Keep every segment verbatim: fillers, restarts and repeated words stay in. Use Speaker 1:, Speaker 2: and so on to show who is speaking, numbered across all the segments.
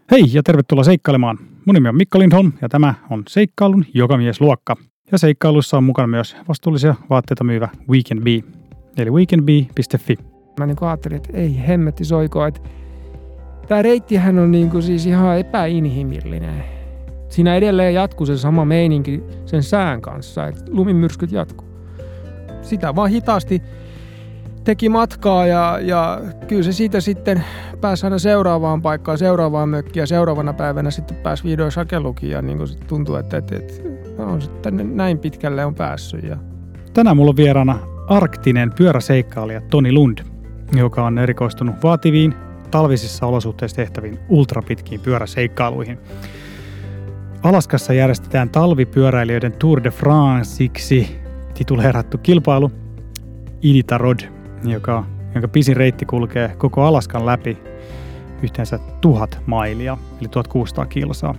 Speaker 1: Hei ja tervetuloa seikkailemaan. Mun nimi on Mikko Lindholm ja tämä on seikkailun jokamiesluokka. Ja seikkailussa on mukana myös vastuullisia vaatteita myyvä Weekend Bee, eli weekendbee piste fi.
Speaker 2: Mä niin ajattelin, että ei hemmetti soikoa, että tää reittihän on niin kuin siis ihan epäinhimillinen. Siinä edelleen jatkuu se sama meininki sen sään kanssa, että lumimyrskyt jatkuu. Sitä vaan hitaasti teki matkaa ja, ja kyllä se siitä sitten pääsi aina seuraavaan paikkaan, seuraavaan mökkiin ja seuraavana päivänä sitten pääsi vihdoin sakelukin ja niin kuin tuntuu, että, että, että on sitten näin pitkälle on päässyt. Ja.
Speaker 1: Tänään mulla on vieraana arktinen pyöräseikkailija Toni Lund, joka on erikoistunut vaativiin talvisissa olosuhteissa tehtäviin ultrapitkiin pyöräseikkailuihin. Alaskassa järjestetään talvipyöräilijöiden Tour de Franceiksi tituleerattu kilpailu Iditarod, joka, jonka pisin reitti kulkee koko Alaskan läpi yhteensä tuhat mailia, eli tuhatkuusisataa kilsaa.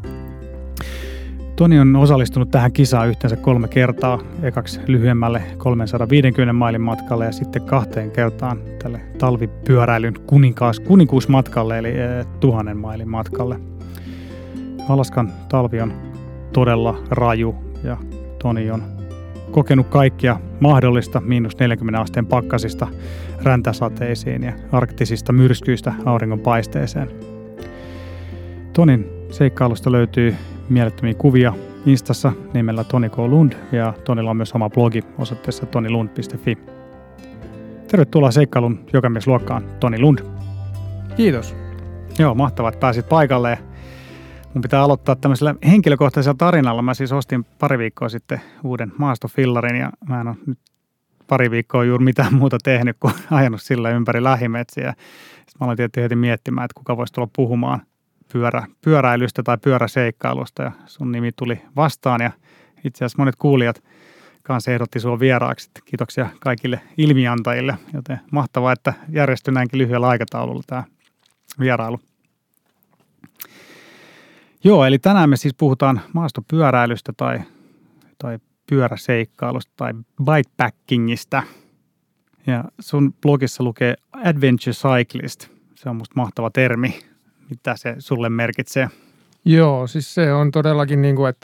Speaker 1: Toni on osallistunut tähän kisaan yhteensä kolme kertaa, ekaksi lyhyemmälle kolmesataaviisikymmentä mailin matkalle ja sitten kahteen kertaan tälle talvipyöräilyn kuninkaas, kuninkuusmatkalle, eli tuhannen mailin matkalle. Alaskan talvi on todella raju ja Toni on kokenut kaikkia mahdollista miinus neljänkymmenen asteen pakkasista räntäsateisiin ja arktisista myrskyistä auringonpaisteeseen. Tonin seikkailusta löytyy mielettömiä kuvia Instassa nimellä Toni K. Lund ja Tonilla on myös oma blogi osoitteessa tonilund piste fi. Tervetuloa seikkailun jokamiesluokkaan, Toni Lund.
Speaker 2: Kiitos.
Speaker 1: Joo, mahtavaa, että pääsit paikalle. Mun pitää aloittaa tämmöisellä henkilökohtaisella tarinalla. Mä siis ostin pari viikkoa sitten uuden maastofillarin ja mä en ole nyt pari viikkoa juuri mitään muuta tehnyt kuin ajanut sillä ympäri lähimetsiä. Sitten mä aloin tietysti heti miettimään, että kuka voisi tulla puhumaan pyörä, pyöräilystä tai pyöräseikkailusta ja sun nimi tuli vastaan ja itse asiassa monet kuulijat kanssa ehdotti sua vieraaksi. Kiitoksia kaikille ilmiantajille, joten mahtavaa, että järjestyi näinkin lyhyellä aikataululla tämä vierailu. Joo, eli tänään me siis puhutaan maastopyöräilystä tai, tai pyöräseikkailusta tai bikepackingista. Ja sun blogissa lukee Adventure Cyclist. Se on musta mahtava termi. Mitä se sulle merkitsee?
Speaker 2: Joo, siis se on todellakin niin kuin, että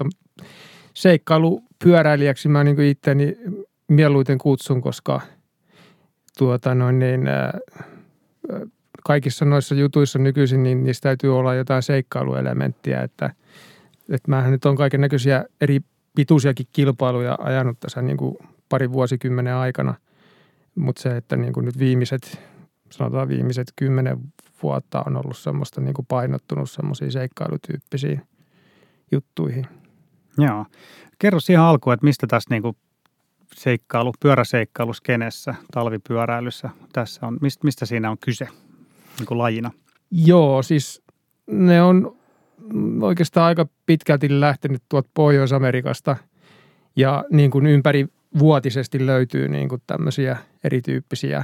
Speaker 2: seikkailupyöräilijäksi mä niin kuin itteni mieluiten kutsun, koska tuota noin niin, äh, kaikissa noissa jutuissa nykyisin, niin niistä täytyy olla jotain seikkailuelementtiä, että, että mähän nyt on kaiken näköisiä eri pituisiakin kilpailuja ajanut tässä niin kuin pari vuosikymmenen aikana, mutta se, että niin kuin nyt viimeiset, sanotaan viimeiset kymmenen vuotta on ollut semmoista niin kuin painottunut semmoisiin seikkailutyyppisiin juttuihin.
Speaker 1: Joo. Kerro siihen alkuun, että mistä tässä niin kuin seikkailu, pyöräseikkailuskenessä, talvipyöräilyssä tässä on, mistä, mistä siinä on kyse? Niin kuin lajina.
Speaker 2: Joo, siis ne on oikeastaan aika pitkälti lähtenyt tuolta Pohjois-Amerikasta ja niin kuin ympärivuotisesti löytyy niin kuin tämmöisiä erityyppisiä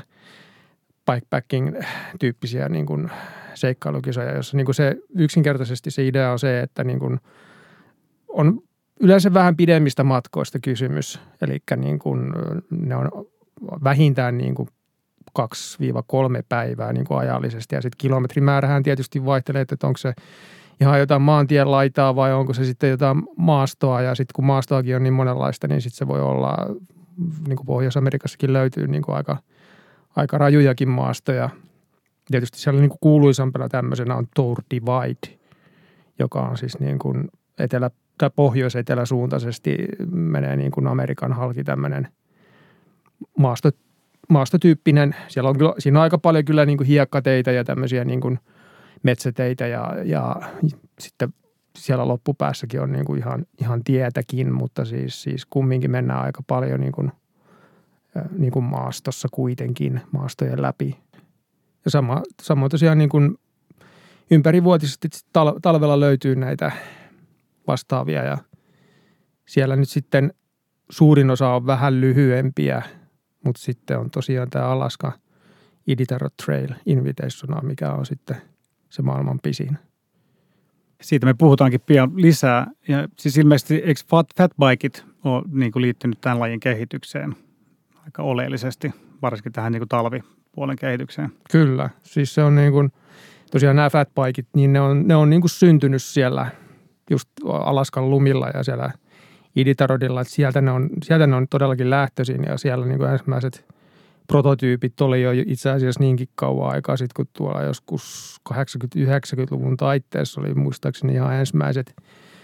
Speaker 2: bikepacking-tyyppisiä niin kuin seikkailukisoja, jossa niin kuin se yksinkertaisesti se idea on se, että niin kuin on yleensä vähän pidemmistä matkoista kysymys, eli niin kuin ne on vähintään niin kuin kaksi kolme päivää niin kuin ajallisesti. Ja sitten kilometrimäärähän tietysti vaihtelee, että onko se ihan jotain maantien laitaa vai onko se sitten jotain maastoa. Ja sitten kun maastoakin on niin monenlaista, niin sitten se voi olla, niin kuin Pohjois-Amerikassakin löytyy niin kuin aika, aika rajujakin maastoja. Tietysti siellä niin kuin kuuluisampana tämmöisenä on Tour Divide, joka on siis niin kuin etelä- tai pohjois-eteläsuuntaisesti menee niin kuin Amerikan halki tämmöinen maasto maastotyyppinen. Siellä on, siinä on aika paljon kyllä niin kuin hiekkateitä ja tämmöisiä niin kuin metsäteitä ja, ja sitten siellä loppupäässäkin on niin kuin ihan, ihan tietäkin, mutta siis, siis kumminkin mennään aika paljon niin kuin, niin kuin maastossa kuitenkin, maastojen läpi. Ja sama, samoin tosiaan niin kuin ympärivuotisesti tal- talvella löytyy näitä vastaavia ja siellä nyt sitten suurin osa on vähän lyhyempiä. Mutta sitten on tosiaan tämä Alaska Iditarod Trail Invitational, mikä on sitten se maailman pisin.
Speaker 1: Siitä me puhutaankin pian lisää. Ja siis ilmeisesti eikö fat, fatbikeit ole niin kuin liittynyt tämän lajin kehitykseen aika oleellisesti, varsinkin tähän niin kuin talvipuolen kehitykseen?
Speaker 2: Kyllä. Siis se on niin kuin tosiaan nämä fatbikit, niin ne on, ne on niin kuin syntynyt siellä just Alaskan lumilla ja siellä Iditarodilla, että sieltä ne on, sieltä ne on todellakin lähtöisin ja siellä niin kuin ensimmäiset prototyypit oli jo itse asiassa niinkin kauan aikaa sitten, kun tuolla joskus kahdeksankymmentä-yhdeksänkymmentäluvun taitteessa oli muistaakseni ihan ensimmäiset,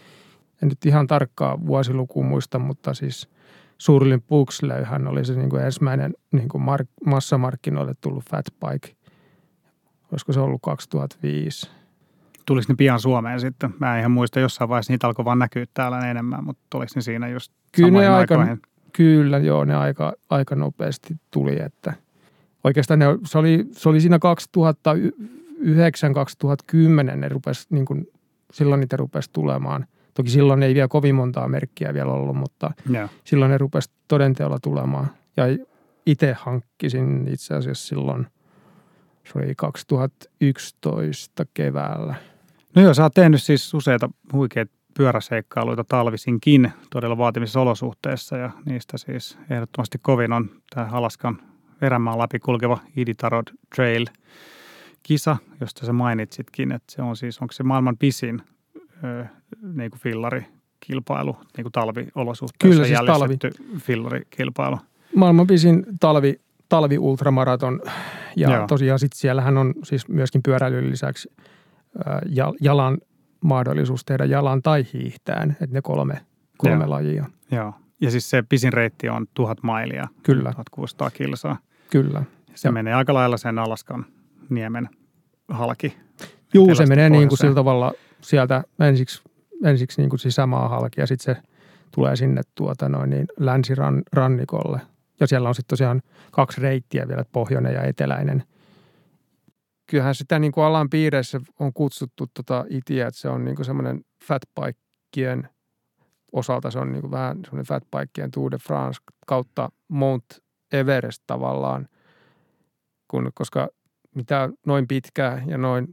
Speaker 2: en nyt ihan tarkkaa vuosilukuun muista, mutta siis Suurlin Pugsleyhän oli se niin kuin ensimmäinen niin kuin mark, massamarkkinoille tullut fatbike. Olisiko se ollut kaksituhattaviisi?
Speaker 1: Tuliko ne pian Suomeen sitten? Mä en ihan muista, jossain vaiheessa niitä alkoi vaan näkyä täällä enemmän, mutta tuliko ne siinä just samoihin aikoihin?
Speaker 2: Kyllä, joo, ne aika, aika nopeasti tuli, että oikeastaan ne, se, oli, se oli siinä kaksituhattayhdeksän kaksituhattakymmenen ne rupesi, niin kuin, silloin niitä rupesi tulemaan. Toki silloin ei vielä kovin montaa merkkiä vielä ollut, mutta yeah. silloin ne rupesi todenteolla tulemaan. Ja itse hankkisin itse asiassa silloin, se oli kaksituhattayksitoista keväällä.
Speaker 1: No joo, sä oot tehnyt siis useita huikeita pyöräseikkailuita talvisinkin todella vaatimissa olosuhteissa ja niistä siis ehdottomasti kovin on tämä Alaskan erämaan läpi kulkeva Iditarod Trail kisa, josta sä mainitsitkin, että se on siis, onko se maailman pisin ö, niin kuin fillarikilpailu, niin kuin talviolosuhteissa
Speaker 2: Kyllä, siis
Speaker 1: järjestetty talvi. fillarikilpailu.
Speaker 2: Maailman pisin talvi, talvi-ultramaraton ja Joo. tosiaan sitten siellähän on siis myöskin pyöräilyn lisäksi ö, jalan mahdollisuus tehdä jalan tai hiihtään, että ne kolme, kolme Joo. lajia.
Speaker 1: Joo, ja siis se pisin reitti on tuhat mailia,
Speaker 2: Kyllä.
Speaker 1: tuhatkuusisataa kilsaa.
Speaker 2: Kyllä.
Speaker 1: Se ja. menee aika lailla sen Alaskan niemen halki.
Speaker 2: Juu, se menee niin kuin sillä tavalla sieltä ensiksi, ensiksi niin kuin sisämaa halki ja sitten se tulee sinne tuota noin niin länsirannikolle. Ja siellä on sitten tosiaan kaksi reittiä vielä, pohjoinen ja eteläinen. Kyllähän sitä niin kuin alan piireissä on kutsuttu tota itiä, että se on niin kuin semmoinen fatbikien osalta, se on niin kuin vähän semmoinen fatbikien Tour de France kautta Mount Everest tavallaan, kun, koska mitä noin pitkää ja noin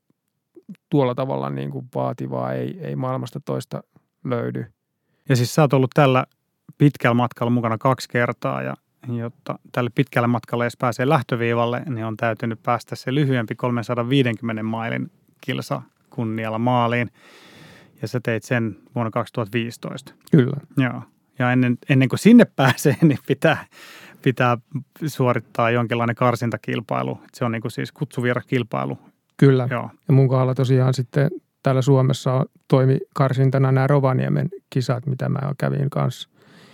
Speaker 2: tuolla tavalla niin kuin vaativaa ei, ei maailmasta toista löydy.
Speaker 1: Ja siis sä oot ollut tällä pitkällä matkalla mukana kaksi kertaa ja jotta tälle pitkälle matkalle edes pääsee lähtöviivalle, niin on täytynyt päästä se lyhyempi kolmesataaviisikymmentä mailin kilsa kunnialla maaliin. Ja sä teit sen vuonna kaksituhattaviisitoista.
Speaker 2: Kyllä.
Speaker 1: Joo. Ja ennen, ennen kuin sinne pääsee, niin pitää, pitää suorittaa jonkinlainen karsintakilpailu. Se on niin kuin siis kutsuvieraskilpailu.
Speaker 2: Kyllä.
Speaker 1: Joo.
Speaker 2: Ja mun kohdalla tosiaan sitten täällä Suomessa toimi karsintana nämä Rovaniemen kisat, mitä mä kävin kanssa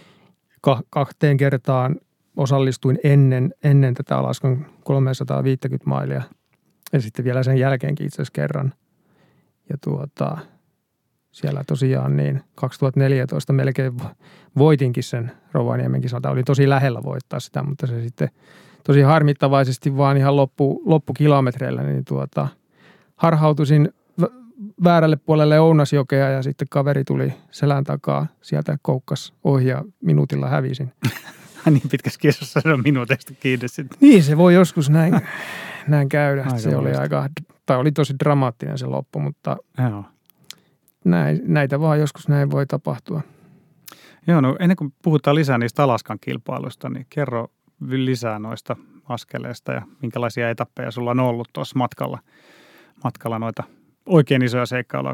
Speaker 2: Ka- kahteen kertaan. Osallistuin ennen, ennen tätä Alaskan kolmesataaviisikymmentä mailia ja sitten vielä sen jälkeenkin itse asiassa kerran. Ja tuota, siellä tosiaan niin kaksituhattaneljätoista melkein voitinkin sen Rovaniemen kisalta. Oli tosi lähellä voittaa sitä, mutta se sitten tosi harmittavaisesti vaan ihan loppu, loppukilometreillä niin tuota, harhautuisin väärälle puolelle Ounasjokea ja sitten kaveri tuli selän takaa sieltä koukkas ohi ja minuutilla hävisin.
Speaker 1: Niin pitkässä kisassa se on minuutista kiinni sitten.
Speaker 2: Niin, se voi joskus näin, näin käydä. Aika se oli
Speaker 1: muista.
Speaker 2: aika, tai oli tosi dramaattinen se loppu, mutta
Speaker 1: Joo.
Speaker 2: näin, näitä vaan joskus näin voi tapahtua.
Speaker 1: Joo, no ennen kuin puhutaan lisää niistä Alaskan kilpailuista, niin kerro lisää noista askeleista ja minkälaisia etappeja sulla on ollut tuossa matkalla, matkalla noita oikein isoja seikkailuja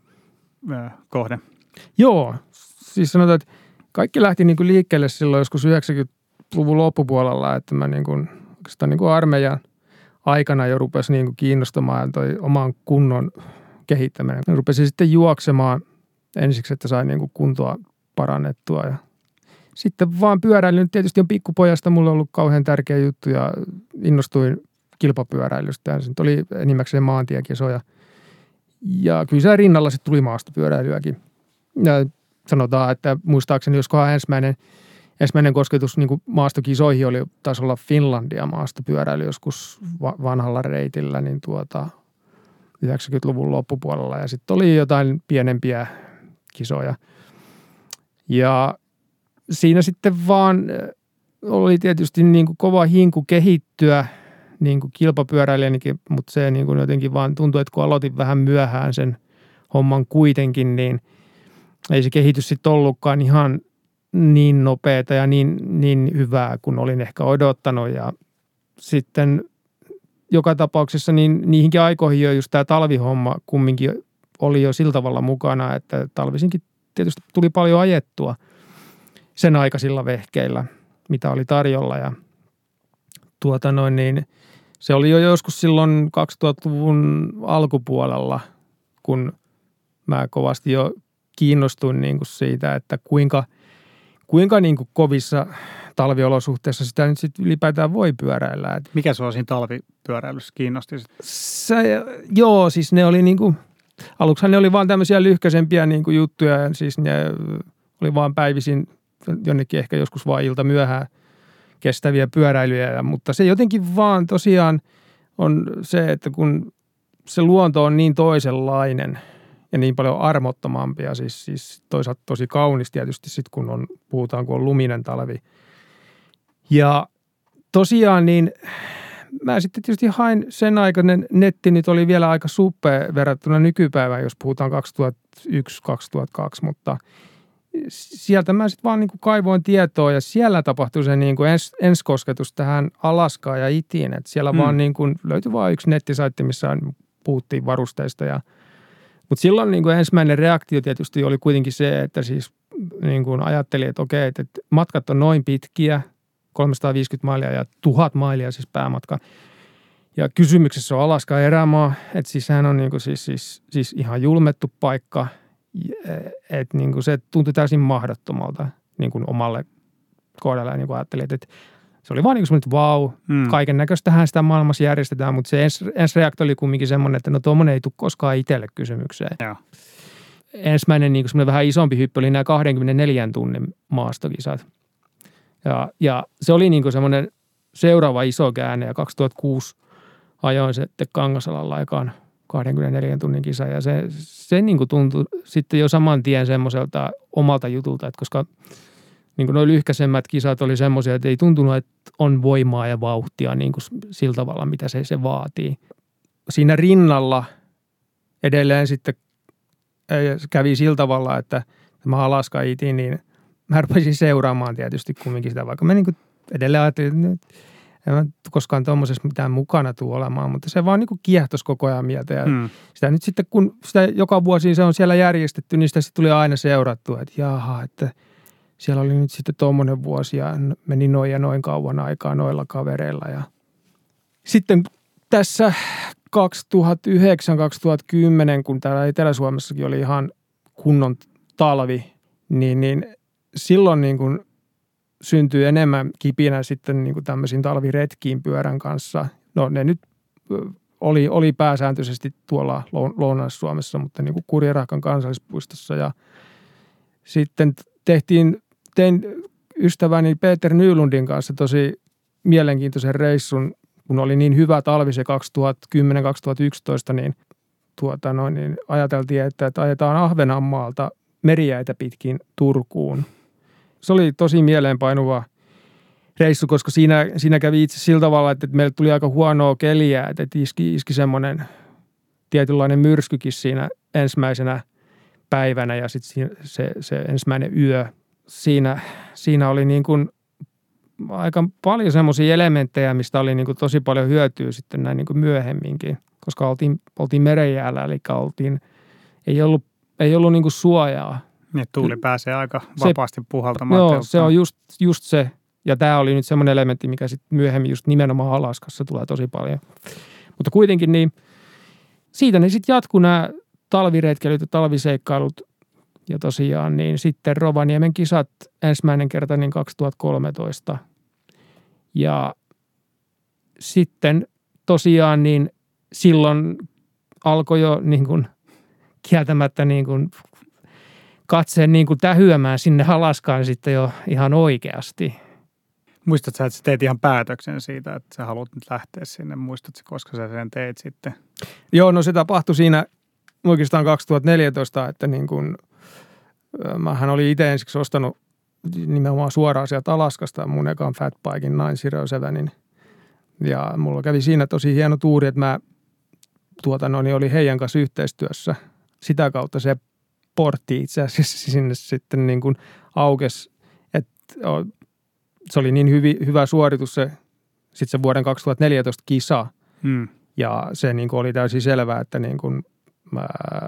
Speaker 1: kohden.
Speaker 2: Joo, siis sanotaan, että kaikki lähti niin kuin liikkeelle silloin joskus yhdeksänkymmentäluvun loppupuolella, että mä niin kuin, oikeastaan niin kuin armeijan aikana jo rupesi niin kuin kiinnostamaan toi oman kunnon kehittäminen. Mä rupesin sitten juoksemaan ensiksi, että sain niin kuin kuntoa parannettua ja sitten vaan pyöräily. Tietysti on pikkupojasta mulle ollut kauhean tärkeä juttu ja innostuin kilpapyöräilystä. Ja se oli enimmäkseen maantiekisoja. Ja kyllä se rinnalla sitten tuli maastopyöräilyäkin. Ja sanotaan, että muistaakseni joskohan ensimmäinen, ensimmäinen kosketus niin kuin maastokisoihin oli taisi olla Finlandia maastopyöräily joskus vanhalla reitillä niin tuota yhdeksänkymmentäluvun loppupuolella. Ja sitten oli jotain pienempiä kisoja. Ja siinä sitten vaan oli tietysti niin kuin kova hinku kehittyä niin kuin kilpapyöräilijänkin, mutta se niin kuin jotenkin vaan tuntui, että kun aloitin vähän myöhään sen homman kuitenkin, niin ei se kehitys sitten ollutkaan ihan niin nopeata ja niin, niin hyvää kuin olin ehkä odottanut. Ja sitten joka tapauksessa niin niihinkin aikoihin jo just tämä talvihomma kumminkin oli jo sillä tavalla mukana, että talvisinkin tietysti tuli paljon ajettua sen aikaisilla vehkeillä, mitä oli tarjolla ja tuota noin niin se oli jo joskus silloin kaksituhattaluvun alkupuolella, kun mä kovasti jo kiinnostuin niin kuin siitä, että kuinka, kuinka niin kuin kovissa talviolosuhteissa sitä nyt sitten ylipäätään voi pyöräillä.
Speaker 1: Mikä sua siinä talvipyöräilyssä kiinnosti?
Speaker 2: Se, joo, siis ne oli niin kuin, aluksihan ne oli vaan tämmöisiä lyhkäisempiä niin kuin juttuja, siis ne oli vaan päivisin jonnekin ehkä joskus vaan ilta myöhään kestäviä pyöräilyjä, mutta se jotenkin vaan tosiaan on se, että kun se luonto on niin toisenlainen ja niin paljon armottomampia, siis, siis toisaalta tosi kaunis tietysti sitten, kun on, puhutaan, kun on luminen talvi. Ja tosiaan niin mä sitten tietysti hain sen aikainen netti nyt oli vielä aika suppea verrattuna nykypäivään, jos puhutaan kaksituhattayksi kaksituhattakaksi, mutta sieltä mä sitten vaan niin kuin kaivoin tietoa ja siellä tapahtui se niin kuin ens, ensikosketus tähän Alaskaan ja Itiin. Että siellä mm. vaan niin kuin löytyi vaan yksi nettisaitti, missä puhuttiin varusteista. Ja, mutta silloin niin kuin ensimmäinen reaktio tietysti oli kuitenkin se, että siis niin kuin ajattelin, että okei, että matkat on noin pitkiä, kolmesataaviisikymmentä mailia ja tuhat mailia siis päämatka. Ja kysymyksessä on Alaska erämaa, että siis sehän on niin kuin siis, siis, siis ihan julmettu paikka. Että niin kuin se tuntui täysin mahdottomalta niin kuin omalle kohdalle. Ja niin kuin ajattelin, että se oli vaan niin kuin semmoinen, että vau, mm. kaiken näköistähän sitä maailmassa järjestetään, mutta se ens, ensireaktio oli kumminkin semmoinen, että no tuommoinen ei tule koskaan itselle kysymykseen. Ja. Ensimmäinen niin kuin semmoinen vähän isompi hyppy oli nämä kaksikymmentäneljä tunnin maastokisat. Ja, ja se oli niin kuin semmoinen seuraava iso käänne ja kaksituhattakuusi ajoin sitten Kangasalalla aikaan kaksikymmentäneljä tunnin kisa ja se, se niin kuin tuntui sitten jo saman tien semmoiselta omalta jutulta, että koska niin kuin nuo lyhkäisemmät kisat oli semmoisia, että ei tuntunut, että on voimaa ja vauhtia niin kuin sillä tavalla, mitä se, se vaatii. Siinä rinnalla edelleen sitten kävi sillä tavalla, että mä Alaska itin, niin mä rupesin seuraamaan tietysti kumminkin sitä, vaikka mä niin kuin edelleen ajattelin, että en mä koskaan tuommoisessa mitään mukana tule olemaan, mutta se vaan niin kuin kiehtosi koko ajan mieltä. Ja hmm. sitä nyt sitten, kun sitä joka vuosi se on siellä järjestetty, niin sitä sitten tuli aina seurattua, että jaha, että siellä oli nyt sitten tuommoinen vuosi ja meni noin ja noin kauan aikaa noilla kavereilla. Ja sitten tässä kaksituhattayhdeksän kaksituhattakymmenen, kun täällä Etelä-Suomessakin oli ihan kunnon talvi, niin, niin silloin niin kuin syntyi enemmän kipinä sitten niin kuin tämmöisiin talviretkiin pyörän kanssa. No ne nyt oli, oli pääsääntöisesti tuolla Lounais-Suomessa, mutta niin kuin Kurjerahkan kansallispuistossa. Ja sitten tehtiin, tein ystäväni Peter Nylundin kanssa tosi mielenkiintoisen reissun, kun oli niin hyvä talvi se kaksituhattakymmenen kaksituhattayksitoista, niin, tuota noin, niin ajateltiin, että, että ajetaan Ahvenanmaalta merijäitä pitkin Turkuun. Se oli tosi mieleenpainuva reissu, koska siinä, siinä kävi itse sillä tavalla, että meille tuli aika huonoa keliä, että iski, iski semmoinen tietynlainen myrskykin siinä ensimmäisenä päivänä ja sitten se, se ensimmäinen yö. Siinä, siinä oli niin kuin aika paljon semmoisia elementtejä, mistä oli niin kuin tosi paljon hyötyä sitten näin niin kuin myöhemminkin, koska oltiin, oltiin merenjäällä, eli oltiin, ei ollut, ei ollut niin kuin suojaa.
Speaker 1: Niin, tuuli pääsee aika vapaasti se, puhaltamaan.
Speaker 2: Joo, telttaan. Se on just, just se. Ja tämä oli nyt semmoinen elementti, mikä sitten myöhemmin just nimenomaan Alaskassa tulee tosi paljon. Mutta kuitenkin niin, siitä ne sitten jatkuu nämä talviretkeilyt ja talviseikkailut. Ja tosiaan niin sitten Rovaniemen kisat ensimmäinen kerta niin kaksituhattakolmetoista. Ja sitten tosiaan niin silloin alkoi jo niin kuin kieltämättä niin kuin katseen niin kuin tähyämään sinne Alaskaan sitten jo ihan oikeasti.
Speaker 1: Muistatko sä, että sä teet ihan päätöksen siitä, että sä haluat nyt lähteä sinne? Muistatko, koska sä sen teet sitten?
Speaker 2: Joo, no se tapahtui siinä oikeastaan kaksituhattaneljätoista, että niin kuin, mähän olin itse ensiksi ostanut nimenomaan suoraan sieltä Alaskasta mun ekan fatbiken nine zero seven. Ja mulla kävi siinä tosi hieno tuuri, että mä tuota, no, niin oli heidän kanssa yhteistyössä. Sitä kautta se portti itse asiassa sinne sitten niin kuin aukesi, että se oli niin hyvi, hyvä suoritus se, sitten se vuoden kaksituhattaneljätoista kisa,
Speaker 1: Hmm.
Speaker 2: Ja se niin kuin oli täysin selvää, että niin kuin mä,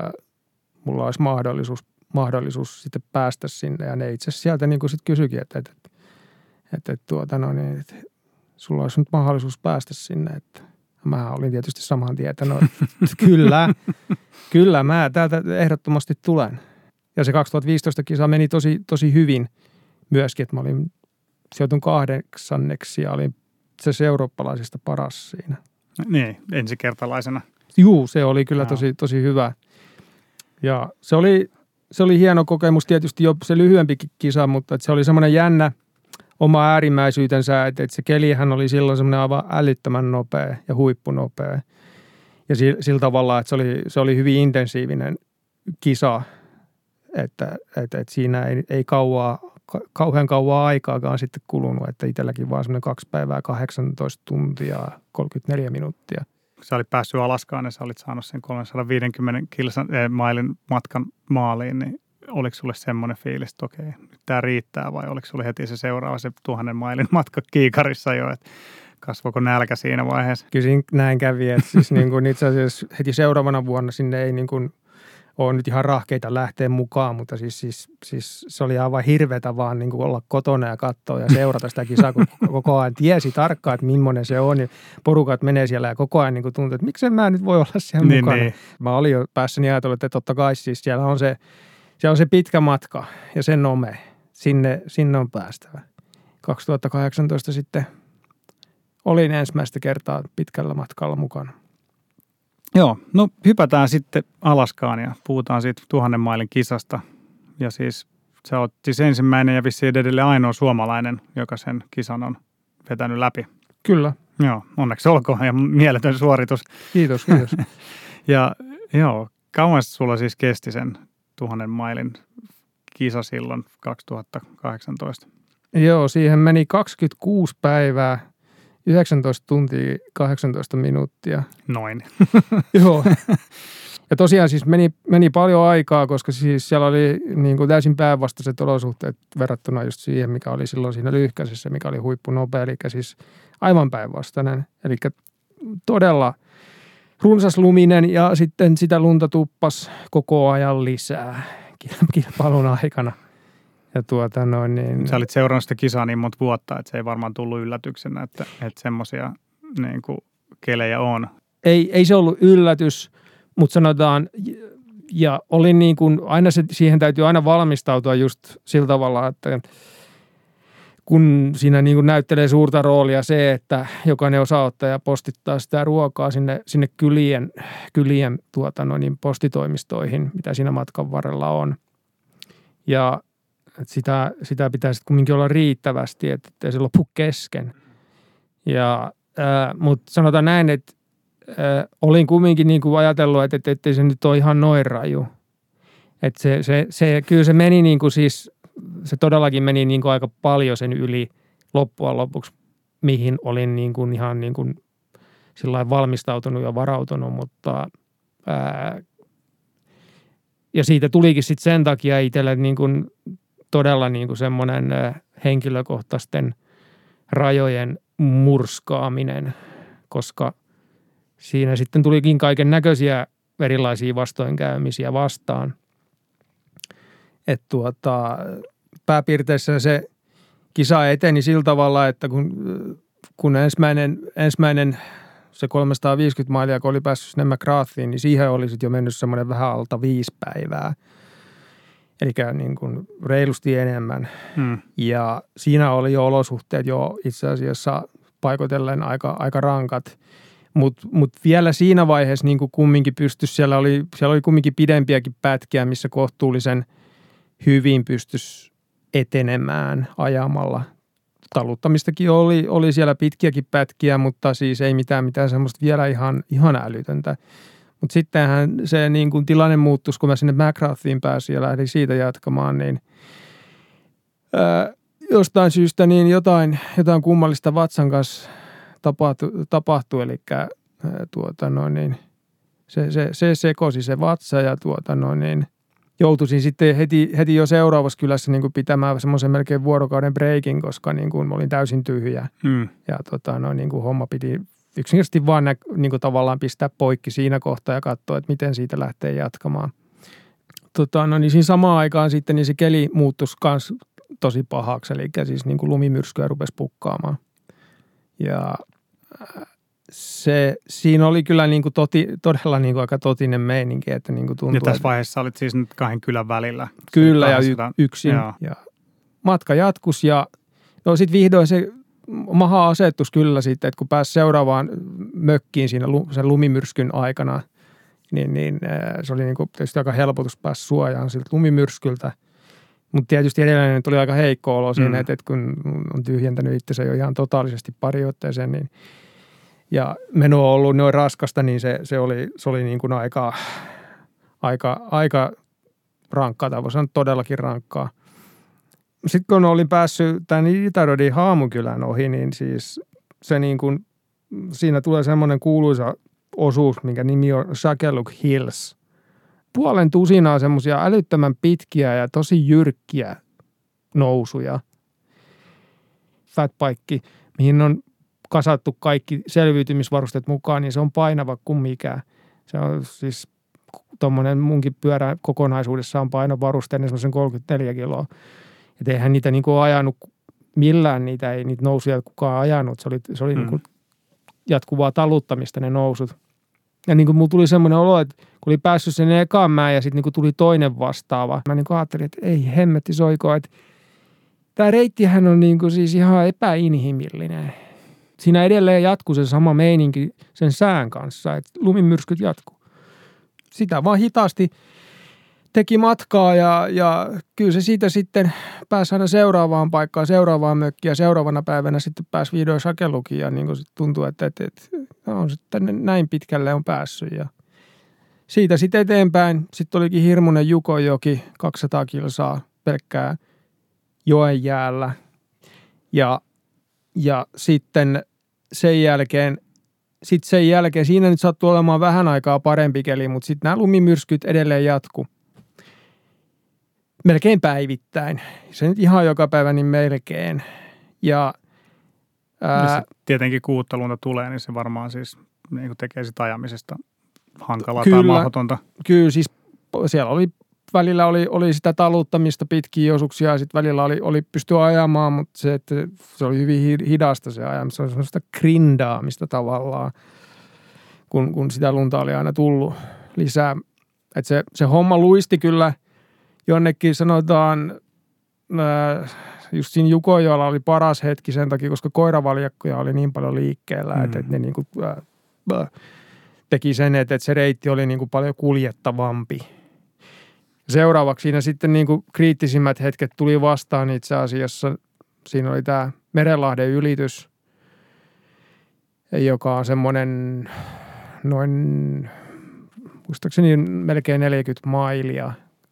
Speaker 2: mulla olisi mahdollisuus, mahdollisuus sitten päästä sinne. Ja ne itse asiassa sieltä niin kuin sitten kysyikin, että, että, että, että, tuota, no niin, että sulla olisi nyt mahdollisuus päästä sinne. Että mä olin tietysti saman tien, että no kyllä, kyllä mä täältä ehdottomasti tulen. Ja se kaksituhattaviisitoista kisa meni tosi, tosi hyvin myöskin, että mä olin sijoitun kahdeksanneksi ja olin se eurooppalaisista paras siinä.
Speaker 1: Niin, ensikertalaisena.
Speaker 2: Juu, se oli kyllä tosi, tosi hyvä. Ja se oli, se oli hieno kokemus tietysti jo se lyhyempikin kisa, mutta se oli semmoinen jännä oma äärimmäisyytensä, että se kelihän oli silloin semmoinen aivan älyttömän nopea ja huippunopea. Ja sillä tavalla, että se oli, se oli hyvin intensiivinen kisa, että, että, että siinä ei, ei kauaa, kauhean kauaa aikaakaan sitten kulunut, että itselläkin vaan semmoinen kaksi päivää, kahdeksantoista tuntia, kolmekymmentäneljä minuuttia.
Speaker 1: Sä olit päässyt Alaskaan ja sä olit saanut sen kolmesataaviisikymmentä kilsan, eh, mailin matkan maaliin, niin oliko sulle semmoinen fiilis, että okei, nyt tämä riittää vai oliko sulle heti se seuraava se tuhannen mailin matka kiikarissa jo, että kasvoiko nälkä siinä vaiheessa?
Speaker 2: Kyllä siinä näin kävi, että siis niin kuin itse asiassa heti seuraavana vuonna sinne ei niin kuin ole nyt ihan rahkeita lähteä mukaan, mutta siis, siis, siis se oli aivan hirveätä vaan niin kuin olla kotona ja katsoa ja seurata sitä kisaa, kun koko ajan tiesi tarkkaan, että millainen se on. Ja porukat menee siellä ja koko ajan niin kuin tuntuu, että miksen mä nyt voi olla siellä niin, mukana. Niin. Mä olin jo päässäni ajatellut, että totta kai siis siellä on se, siellä on se pitkä matka ja se nome. Sinne, sinne on päästävä. kaksituhattakahdeksantoista sitten olin ensimmäistä kertaa pitkällä matkalla mukana.
Speaker 1: Joo, no hypätään sitten Alaskaan ja puhutaan siitä tuhannen mailin kisasta. Ja siis sä oot siis ensimmäinen ja vissiin edelleen ainoa suomalainen, joka sen kisan on vetänyt läpi.
Speaker 2: Kyllä.
Speaker 1: Joo, onneksi olkoon ja mieletön suoritus.
Speaker 2: Kiitos, kiitos.
Speaker 1: Ja joo, kauan sulla siis kesti sen tuhannen mailin kisa silloin kaksituhattakahdeksantoista?
Speaker 2: Joo, siihen meni kaksikymmentäkuusi päivää. yhdeksäntoista tuntia, kahdeksantoista minuuttia.
Speaker 1: Noin.
Speaker 2: Joo. Ja tosiaan siis meni, meni paljon aikaa, koska siis siellä oli niin kuin täysin päinvastaiset olosuhteet verrattuna just siihen, mikä oli silloin siinä lyhkäisessä, mikä oli huippunopea, eli siis aivan päinvastainen. Eli todella runsasluminen ja sitten sitä lunta tuppas koko ajan lisää kilpailun aikana. Ja tuota noin niin...
Speaker 1: Sä olit seurannut sitä kisaa niin monta vuotta, että se ei varmaan tullut yllätyksenä, että, että semmoisia niin kuin kelejä on.
Speaker 2: Ei, ei se ollut yllätys, mutta sanotaan, ja oli niin kuin, aina se, siihen täytyy aina valmistautua just sillä tavalla, että kun siinä niin kuin näyttelee suurta roolia se, että jokainen osanottaja postittaa sitä ruokaa sinne, sinne kylien, kylien tuota noin, niin postitoimistoihin, mitä siinä matkan varrella on. Ja että sitä, sitä pitää sitten kumminkin olla riittävästi, että ei se lopu kesken. Ja, ää, mutta sanotaan näin, että ää, olin kumminkin niin kuin ajatellut, että, että ettei se nyt ole ihan noin raju. Että se, se, se, kyllä se meni niin kuin siis, se todellakin meni niin kuin aika paljon sen yli loppujen lopuksi, mihin olin niin kuin ihan niin kuin sillain valmistautunut ja varautunut, mutta ää, ja siitä tulikin sitten sen takia itselle niin kuin todella niin kuin semmoinen henkilökohtaisten rajojen murskaaminen, koska siinä sitten tulikin kaiken näköisiä erilaisia vastoinkäymisiä vastaan. Että tuota, pääpiirteessä se kisa eteni sillä tavalla, että kun, kun ensimmäinen, ensimmäinen se kolmesataaviisikymmentä mailia, kun oli päässyt sinne McGrathiin, niin siihen oli sitten jo mennyt semmoinen vähän alta viisi päivää. Eli niin kuin reilusti enemmän. Hmm. Ja siinä oli jo olosuhteet jo itse asiassa paikoitellen aika, aika rankat. Mutta mut vielä siinä vaiheessa niin kuin kumminkin pystyisi, siellä oli, siellä oli kumminkin pidempiäkin pätkiä, missä kohtuullisen hyvin pystyisi etenemään ajamalla. Taluttamistakin oli, oli siellä pitkiäkin pätkiä, mutta siis ei mitään, mitään semmoista vielä ihan, ihan älytöntä. Mutta sittenhän se niin kun tilanne muuttuisi, kun mä sinne McGrathiin pääsin ja lähdin siitä jatkamaan, niin ää, jostain syystä niin jotain, jotain kummallista vatsan kanssa tapahtui, tapahtui eli ää, tuota noin niin, se, se, se sekosi se vatsa ja tuota noin niin, joutuisin sitten heti, heti jo seuraavassa kylässä niin kuin pitämään semmoisen melkein vuorokauden breikin, koska niin kuin olin täysin tyhjä. Mm. Ja tota, no, niin kuin homma piti yksinkertaisesti vaan nä, niin kuin tavallaan pistää poikki siinä kohtaa ja katsoa, että miten siitä lähtee jatkamaan. Tota, no niin siinä samaan aikaan sitten niin se keli muuttuisi myös tosi pahaksi, eli siis niin kuin lumimyrskyä rupesi pukkaamaan. Ja se, siinä oli kyllä niin kuin toti, todella niin kuin aika totinen meininki, että niin kuin tuntuu.
Speaker 1: Ja tässä vaiheessa olit siis nyt kahden kylän välillä.
Speaker 2: Kyllä ja y- yksin. Joo. Ja matka jatkusi ja no sitten vihdoin se maha asettus kyllä sitten, että kun pääsi seuraavaan mökkiin siinä sen lumimyrskyn aikana, niin, niin se oli niin kuin tietysti aika helpotus päästä suojaan siltä lumimyrskyltä. Mutta tietysti edelleen tuli aika heikko olo siinä, mm. että, että kun on tyhjentänyt itsensä jo ihan totaalisesti pari otteeseen, niin ja meno on ollut noin raskasta, niin se, se oli, se oli niin kuin aika, aika, aika rankkaa, tai voi sanoa todellakin rankkaa. Sitten kun olin päässyt tämän Itärodin Haamukylän ohi, niin siis se niin kuin, siinä tulee semmoinen kuuluisa osuus, minkä nimi on Shakelluk Hills. Puolen tusinaa semmoisia älyttömän pitkiä ja tosi jyrkkiä nousuja. Fatbike, mihin on kasattu kaikki selviytymisvarusteet mukaan, niin se on painava kuin mikään. Se on siis tuommoinen munkin pyörä kokonaisuudessaan painovarusteinen semmoisen kolmekymmentäneljä kiloa. Että eihän niitä niinku ajanut millään, niitä ei niitä nousuja kukaan ajanut. Se oli, se oli mm. niinku jatkuvaa taluttamista ne nousut. Ja niinku mulla tuli semmoinen olo, että kun oli päässyt sen ekaan mäen ja sitten niinku tuli toinen vastaava. Mä niinku ajattelin, että ei hemmetti soikoa, että tämä reittihän on niinku siis ihan epäinhimillinen. Siinä edelleen jatkuu se sama meininki sen sään kanssa, että lumimyrskyt jatkuu. Sitä vaan hitaasti teki matkaa ja, ja kyllä se siitä sitten pääsi aina seuraavaan paikkaan, seuraavaan mökkiin ja seuraavana päivänä sitten pääsi vihdoin Shakellukiin ja niin kuin tuntuu, että, että, että on sitten näin pitkälle on päässyt. Ja siitä sitten eteenpäin sitten olikin hirmuinen Jukojoki, kaksisataa kilsaa pelkkää joen jäällä ja, ja sitten sen jälkeen Sitten sen jälkeen, siinä nyt sattui olemaan vähän aikaa parempi keli, mutta sitten nämä lumimyrskyt edelleen jatku. Melkein päivittäin. Se nyt ihan joka päivä niin melkein. Ja,
Speaker 1: ää, tietenkin kun uutta lunta tulee, niin se varmaan siis niin kuin tekee sitä ajamisesta hankalaa
Speaker 2: kyllä,
Speaker 1: tai mahdotonta.
Speaker 2: Kyllä, siis siellä oli välillä oli, oli sitä taluttamista pitkiä osuuksia ja sitten välillä oli, oli pystyä ajamaan, mutta se, että se oli hyvin hidasta se ajamista. Se oli sellaista grindaamista tavallaan, kun, kun sitä lunta oli aina tullut lisää. Että se, se homma luisti kyllä jonnekin sanotaan, just siinä Jukojoella oli paras hetki sen takia, koska koiravaljakkoja oli niin paljon liikkeellä, mm. että, että ne niin kuin, äh, teki sen, että, että se reitti oli niin kuin paljon kuljettavampi. Seuraavaksi siinä sitten niin kuin kriittisimmät hetket tuli vastaan itse asiassa. Siinä oli tämä Merenlahden ylitys, joka on semmoinen noin, muistaakseni melkein neljäkymmentä mailia.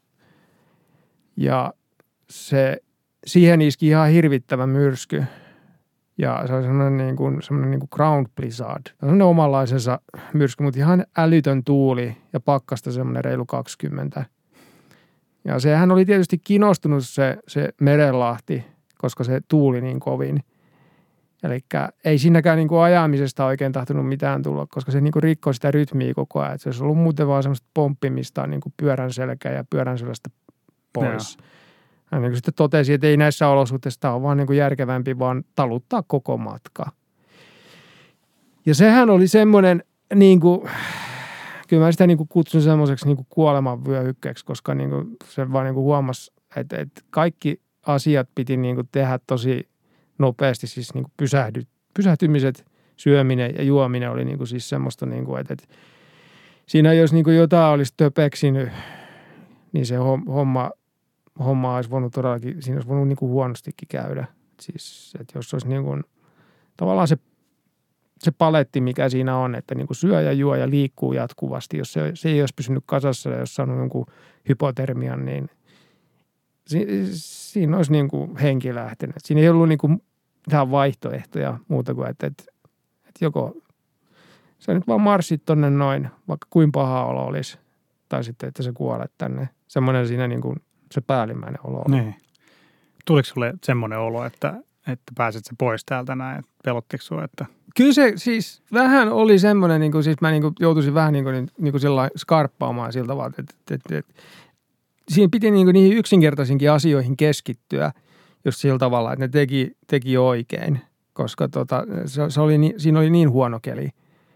Speaker 2: Ja se, siihen iski ihan hirvittävä myrsky. Ja se oli semmoinen niin kuin, semmoinen niin kuin ground blizzard. Semmoinen omanlaisensa myrsky, mutta ihan älytön tuuli ja pakkasta semmoinen reilu kaksikymmentä. Ja sehän oli tietysti kiinnostunut se, se Merenlahti, koska se tuuli niin kovin. Eli ei siinäkään niin kuin ajamisesta oikein tahtonut mitään tulla, koska se niin kuin rikkoi sitä rytmiä koko ajan. Se olisi ollut muuten vaan semmoista pomppimista niin kuin pyörän selkää ja pyörän selästä pois. Ja. Hän niin kuin sitten totesi, että ei näissä olosuhteissa ole vaan niin kuin järkevämpi, vaan taluttaa koko matka. Ja sehän oli semmoinen, niin kuin, kyllä mä sitä niin kuin kutsun semmoiseksi niin kuin kuolemanvyöhykkeeksi, koska niin kuin se vaan niin kuin huomasi, että, että kaikki asiat piti niin kuin tehdä tosi nopeasti, siis niin kuin pysähdy, pysähtymiset, syöminen ja juominen oli niin kuin siis semmoista, niin kuin, että, että siinä jos niin kuin jotain olisi töpeksinyt, niin se homma, homma olisi voinut todellakin, siinä olisi voinut niin kuin huonostikin käydä. Siis, että jos olisi niin kuin, tavallaan se, se paletti, mikä siinä on, että niin kuin syö ja juo ja liikkuu jatkuvasti, jos se, se ei olisi pysynyt kasassa ja jos saanut jonkun hypotermian, niin si, siinä olisi niin kuin henki lähtenyt. Siinä ei ollut niin kuin mitään vaihtoehtoja muuta kuin, että, että, että joko sä nyt vaan marssit tonne noin, vaikka kuin paha olo olisi, tai sitten, että sä kuolet tänne. Semmoinen siinä niin kuin se päällimmäinen olo oli.
Speaker 1: Niin. Tuliko sulle semmoinen olo, että, että pääset sä pois täältä näin? Pelottiko sua, että
Speaker 2: Kyllä se siis vähän oli semmoinen, niin kuin, siis mä niin kuin, joutuisin vähän niin kuin, niin kuin sillä skarppaamaan siltä vaan, että, että, että, että siinä piti niin kuin niihin yksinkertaisinkin asioihin keskittyä just sillä tavalla, että ne teki, teki oikein, koska tota, se, se oli niin, siinä oli niin huono keli.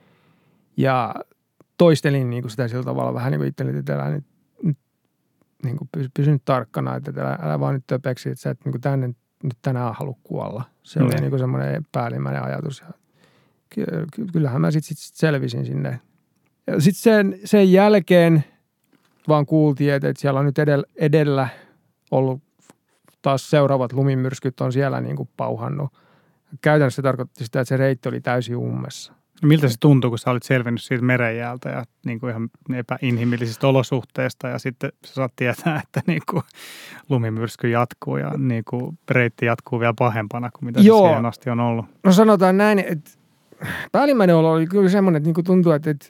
Speaker 2: Ja toistelin niin kuin sitä sillä tavalla vähän niin kuin itselleni, että älä nyt, nyt niin kuin pysy, pysy nyt tarkkana, että älä, älä vaan nyt töpeksi, että sä et niin kuin tänne nyt tänään halua kuolla. Se oli mm. niin kuin semmoinen päällimmäinen ajatus. Ja kyllähän mä sitten sit selvisin sinne. Ja sitten sen, sen jälkeen vaan kuultiin, että, että siellä on nyt edellä, edellä ollut taas seuraavat lumimyrskyt on siellä niin kuin pauhannut. Käytännössä se tarkoitti sitä, että se reitti oli täysin ummessa.
Speaker 1: Miltä se tuntui, kun sä olit selvinnyt siitä merenjäältä ja niin kuin ihan epäinhimillisistä olosuhteista ja sitten sä saat tietää, että niin kuin lumimyrsky jatkuu ja niin kuin reitti jatkuu vielä pahempana kuin mitä Joo. se siihen asti on ollut?
Speaker 2: No sanotaan näin, että päällimmäinen olo oli kyllä semmoinen, että niin kuin tuntuu, että, että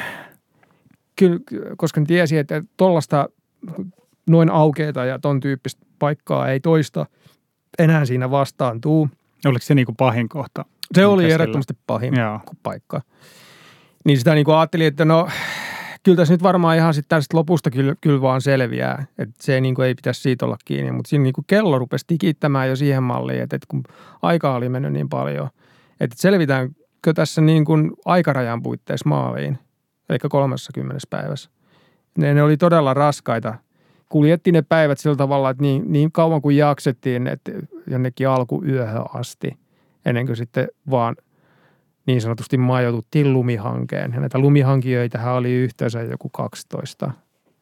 Speaker 2: kyllä, koska tiesi, että tuollaista noin aukeata ja ton tyyppistä paikkaa ei toista enää siinä vastaan tuu.
Speaker 1: Oliko se niin kuin pahin kohta?
Speaker 2: Se oli ehdottomasti pahin Joo. paikka. Niin sitä niin kuin ajattelin, että no kyllä tässä nyt varmaan ihan sitten tästä lopusta kyllä, kyllä vaan selviää. Että se niin kuin ei pitäisi siitä olla kiinni. Mutta siinä niin kuin kello rupesi tikittämään jo siihen malliin, että, että kun aikaa oli mennyt niin paljon. Että selvitäänkö tässä niin kuin aikarajan puitteissa maaliin, eli kolmessakymmenessä päivässä. Ne, ne oli todella raskaita. Kuljettiin ne päivät sillä tavalla, että niin, niin kauan kuin jaksettiin, että jonnekin alkuyöhön asti, ennen kuin sitten vaan niin sanotusti majoituttiin lumihankeen. Ja näitä lumihankijoitahan oli yhteensä joku kaksitoista.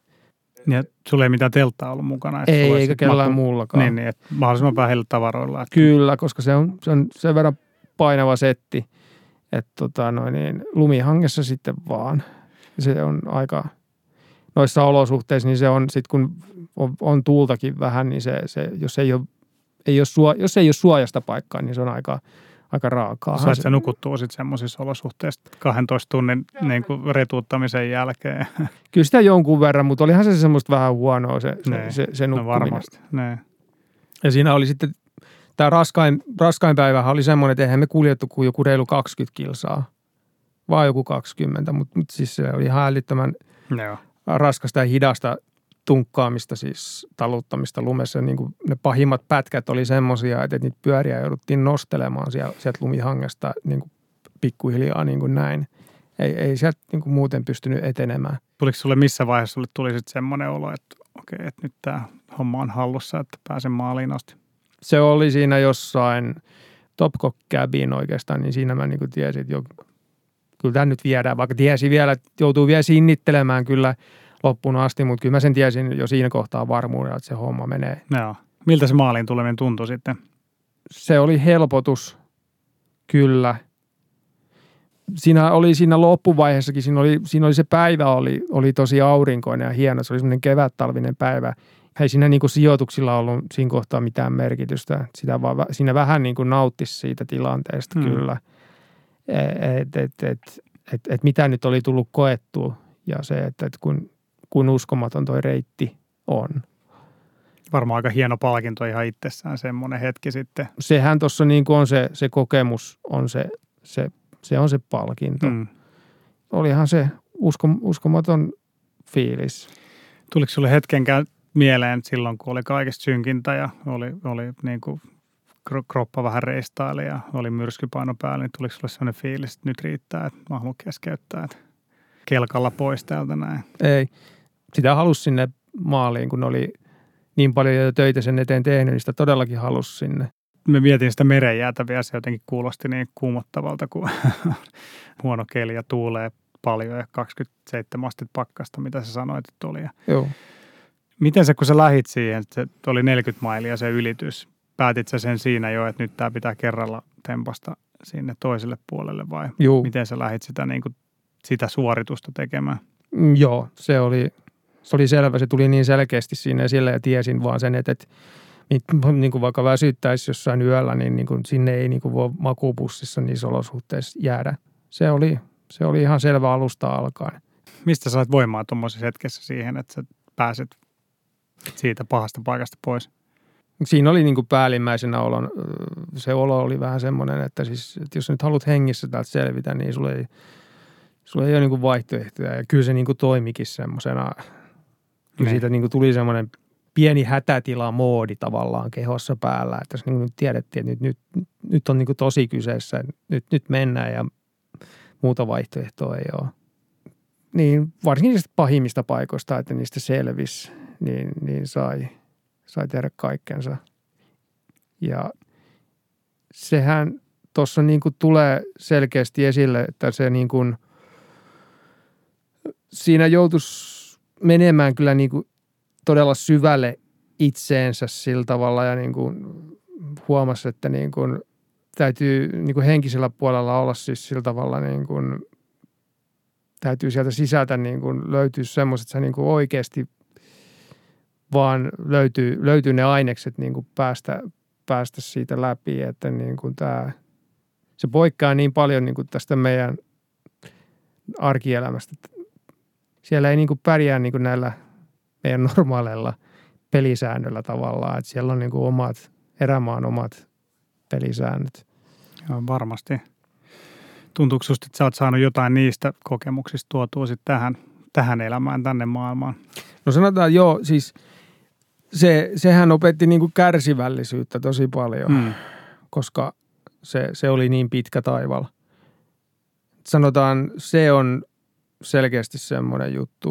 Speaker 1: Ja sulla ei mitään telttaa ollut mukana?
Speaker 2: Ei, eikä kellään maku... muullakaan.
Speaker 1: Niin, niin, että mahdollisimman vähillä tavaroilla. Että...
Speaker 2: Kyllä, koska se on, se on sen verran painava setti, että tota, noin, niin, lumihangessa sitten vaan. Se on aika... Noissa olosuhteissa, niin se on sitten, kun on, on tuultakin vähän, niin se, se jos, ei ole, ei ole suo, jos ei ole suojasta paikkaa, niin se on aika, aika raakaa.
Speaker 1: Sait sä nukuttua sitten semmoisissa olosuhteissa kahdentoista tunnin niin kuin retuuttamisen jälkeen?
Speaker 2: Kyllä sitä jonkun verran, mutta olihan se semmoista vähän huonoa se, se, se, se nukkuminen.
Speaker 1: No varmasti, ne.
Speaker 2: Ja siinä oli sitten, tämä raskain, raskain päivähän oli semmoinen, että eihän me kuljettu kuin joku reilu kaksikymmentä kilsaa, vaan joku kaksikymmentä, mutta, mutta siis se oli ihan älyttömän...
Speaker 1: Joo.
Speaker 2: raskasta ja hidasta tunkkaamista, siis taluttamista lumessa. Niin kuin ne pahimmat pätkät oli semmoisia, että niitä pyöriä jouduttiin nostelemaan sieltä, sieltä lumihangesta niin kuin pikkuhiljaa niin kuin näin. Ei, ei sieltä niin kuin muuten pystynyt etenemään.
Speaker 1: Tuliko sulle missä vaiheessa sulle tuli sitten semmoinen olo, että okei, että nyt tämä homma on hallussa, että pääsen maaliin asti?
Speaker 2: Se oli siinä jossain Top Cock Cabin oikeastaan, niin siinä mä niin kuin tiesin, että jo, kyllä tämä nyt viedään, vaikka tiesin vielä, että joutuu vielä sinnittelemään kyllä loppuun asti, mutta kyllä mä sen tiesin jo siinä kohtaa varmuudella, että se homma menee.
Speaker 1: Joo. Miltä se maaliin tuleminen tuntui sitten?
Speaker 2: Se oli helpotus, kyllä. Siinä oli siinä loppuvaiheessakin, siinä oli, siinä oli se päivä oli, oli tosi aurinkoinen ja hieno. Se oli semmoinen kevät-talvinen päivä. Ei siinä niin kuin sijoituksilla ollut siinä kohtaa mitään merkitystä. Sitä vaan, siinä vähän niin kuin nauttisi siitä tilanteesta hmm. kyllä. Että et, et, et, et mitä nyt oli tullut koettua ja se, että et kun, kun uskomaton toi reitti on.
Speaker 1: Varmaan aika hieno palkinto ihan itsessään semmoinen hetki sitten.
Speaker 2: Sehän tuossa niin kuin on se, se kokemus, on se, se, se on se palkinto. Hmm. Olihan se usko, uskomaton fiilis.
Speaker 1: Tuliko sulle hetkenkään mieleen silloin, kun oli kaikista synkintä ja oli, oli niin kuin kroppa vähän reistaili ja oli myrskypaino päällä, niin tuliko sulle sellainen fiilis, että nyt riittää, että mä haluan keskeyttää, että kelkalla pois täältä näin?
Speaker 2: Ei. Sitä halusi sinne maaliin, kun oli niin paljon jo töitä sen eteen tehnyt, niin sitä todellakin halusi sinne.
Speaker 1: Me mietin sitä merenjäätä vielä, se jotenkin kuulosti niin kuumottavalta, kun huono keli ja tuulee paljon ja kaksikymmentäseitsemän astetta pakkasta, mitä sä sanoit, että oli.
Speaker 2: Joo.
Speaker 1: Miten se, kun sä lähit siihen, että se oli neljäkymmentä mailia se ylitys, päätit sä sen siinä jo, että nyt tää pitää kerralla tempasta sinne toiselle puolelle vai
Speaker 2: Juu.
Speaker 1: miten sä lähit sitä, niin kuin, sitä suoritusta tekemään?
Speaker 2: Mm, joo, se oli, se oli selvä. Se tuli niin selkeästi siinä esille ja tiesin vaan sen, että, että niin kuin vaikka väsyttäisi jossain yöllä, niin, niin kuin sinne ei niin kuin voi makuupussissa niissä olosuhteissa jäädä. Se oli, se oli ihan selvä alusta alkaen.
Speaker 1: Mistä sait voimaa tuommoisessa hetkessä siihen, että sä pääset siitä pahasta paikasta pois?
Speaker 2: Siinä oli niin kuin päällimmäisenä olon, se olo oli vähän semmoinen, että, siis, että jos nyt haluat hengissä täältä selvitä, niin sulla ei, sulla ei ole niin kuin vaihtoehtoja. Ja kyllä se niin kuin toimikin semmoisena, kyllä siitä niin kuin tuli semmoinen pieni hätätilamoodi tavallaan kehossa päällä, että niin kuin tiedettiin, että nyt, nyt, nyt on niin kuin tosi kyseessä, nyt, nyt mennään ja muuta vaihtoehtoa ei ole. Niin varsinkin niistä pahimmista paikoista, että niistä selvisi, niin, niin sai, sai tehdä kaikkensa. Ja sehän tuossa niin kuin tulee selkeästi esille, että se niin kuin, siinä joutuisi menemään kyllä niin kuin todella syvälle itseensä sillä tavalla ja niin kuin huomasi, että niin kuin täytyy niin kuin henkisellä puolella olla siis sillä tavalla niin kuin täytyy sieltä sisältä niin kuin löytyä semmoiset, että se niin kuin oikeasti vaan löytyy, löytyy ne ainekset niin kuin päästä, päästä siitä läpi, että niin kuin tämä, se poikkeaa niin paljon niin kuin tästä meidän arkielämästä. Siellä ei niin kuin pärjää niin kuin näillä meidän normaaleilla pelisäännöillä tavallaan, että siellä on niin kuin omat, erämaan omat pelisäännöt.
Speaker 1: Joo, varmasti. Tuntuuko susta, että sä oot saanut jotain niistä kokemuksista tuotua sitten tähän, tähän elämään, tänne maailmaan?
Speaker 2: No sanotaan joo, siis se, sehän opetti niin kuin kärsivällisyyttä tosi paljon, hmm. koska se, se oli niin pitkä taival. Sanotaan, se on selkeästi semmoinen juttu.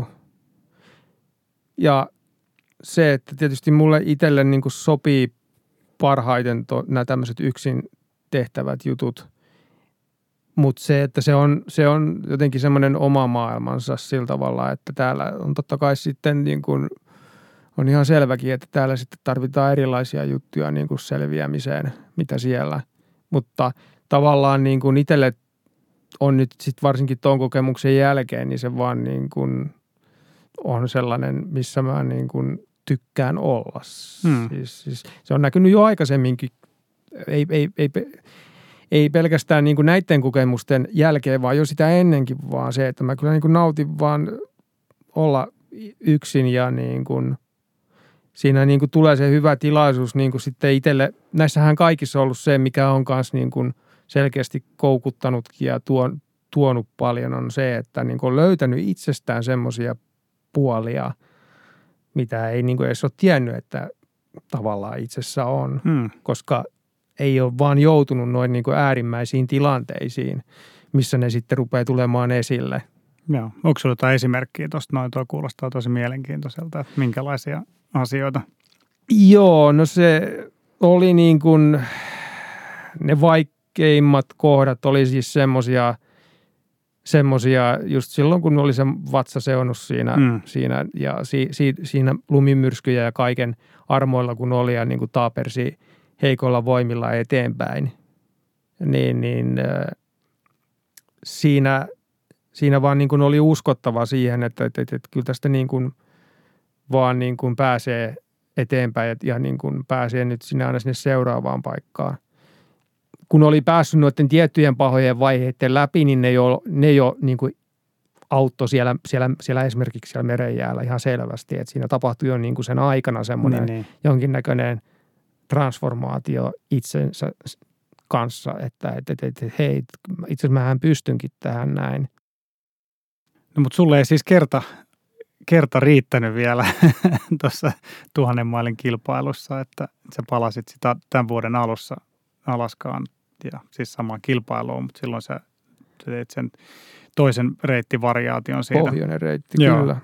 Speaker 2: Ja se, että tietysti mulle itselle niin kuin sopii parhaiten to, nämä tämmöiset yksin tehtävät jutut. Mutta se, että se on, se on jotenkin semmoinen oma maailmansa sillä tavalla, että täällä on totta kai sitten niin kuin, on ihan selväkin, että täällä sitten tarvitaan erilaisia juttuja niin kuin selviämiseen, mitä siellä. Mutta tavallaan niin kuin itselle on nyt sitten varsinkin tuon kokemuksen jälkeen, niin se vaan niin kuin on sellainen, missä mä niin kuin tykkään olla. Hmm. Siis, siis se on näkynyt jo aikaisemminkin, ei, ei, ei, ei pelkästään niin kuin näiden kokemusten jälkeen, vaan jo sitä ennenkin, vaan se, että mä kyllä niin kuin nautin vaan olla yksin ja niin kuin siinä niin kuin tulee se hyvä tilaisuus niin kuin sitten itselle. Näissähän kaikissa on ollut se, mikä on kanssa niin kuin selkeästi koukuttanutkin ja tuon, tuonut paljon, on se, että niin kuin on löytänyt itsestään semmoisia puolia, mitä ei niin kuin edes ole tiennyt, että tavallaan itsessä on, hmm. koska ei ole vaan joutunut noin niin kuin äärimmäisiin tilanteisiin, missä ne sitten rupeaa tulemaan esille.
Speaker 1: Joo. Onko sinulla jotain esimerkkiä tuosta? Noin tuo kuulostaa tosi mielenkiintoiselta, että minkälaisia asioita?
Speaker 2: Joo, no se oli niin kuin, ne vaikeimmat kohdat oli siis semmoisia, semmoisia just silloin, kun oli se vatsaseonnus siinä, mm. siinä ja si, si, siinä lumimyrskyjä ja kaiken armoilla, kun oli ja niin kuin taapersi heikolla voimilla eteenpäin, niin, niin äh, siinä, siinä vaan niin kuin oli uskottava siihen, että, että, että, että kyllä tästä niin kuin vaan niin kuin pääsee eteenpäin ja niin kuin pääsee nyt sinne aina sinne seuraavaan paikkaan. Kun oli päässyt noiden tiettyjen pahojen vaiheiden läpi, niin ne jo, ne jo niin kuin auttoi siellä, siellä, siellä esimerkiksi siellä merenjäällä ihan selvästi, että siinä tapahtui jo niin kuin sen aikana semmoinen niin, niin. jonkinnäköinen transformaatio itsensä kanssa, että, että, että, että hei, itse asiassa mähän pystynkin tähän näin.
Speaker 1: No mutta sulle ei siis kerta, kerta riittänyt vielä tuossa tuhannen mailin kilpailussa, että sä palasit sitä tämän vuoden alussa Alaskaan ja siis samaan kilpailuun, mutta silloin sä teit sen toisen reittivariaation siitä.
Speaker 2: Pohjoinen reitti, Joo. kyllä.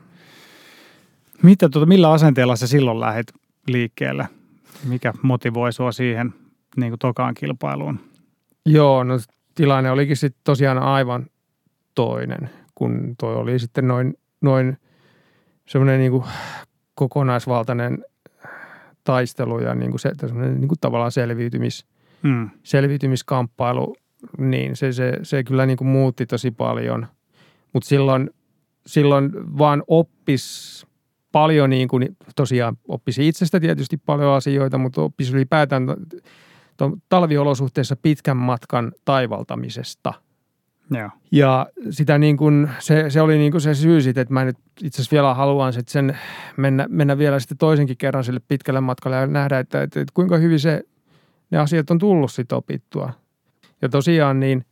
Speaker 1: Mitä, tuota, millä asenteella sä silloin lähdit liikkeelle? Mikä motivoi sua siihen niin kuin tokaan kilpailuun?
Speaker 2: Joo, no tilanne olikin sitten tosiaan aivan toinen, kun toi oli sitten noin, noin semmoinen niin kuin kokonaisvaltainen taistelu ja niin kuin se, niin kuin tavallaan selviytymis, hmm. selviytymiskamppailu, niin se, se, se kyllä niin kuin muutti tosi paljon. Mutta silloin, silloin vaan oppisi paljon, niin kuin, tosiaan oppisi itsestä tietysti paljon asioita, mutta oppisi ylipäätään talviolosuhteissa pitkän matkan taivaltamisesta.
Speaker 1: Joo.
Speaker 2: Ja sitä niin kuin, se, se oli niin kuin se syy sitten, että mä nyt itse asiassa vielä haluan sitten sen mennä, mennä vielä sitten toisenkin kerran sille pitkälle matkalle ja nähdä, että, että, että kuinka hyvin se, ne asiat on tullut sitten opittua. Ja tosiaan niin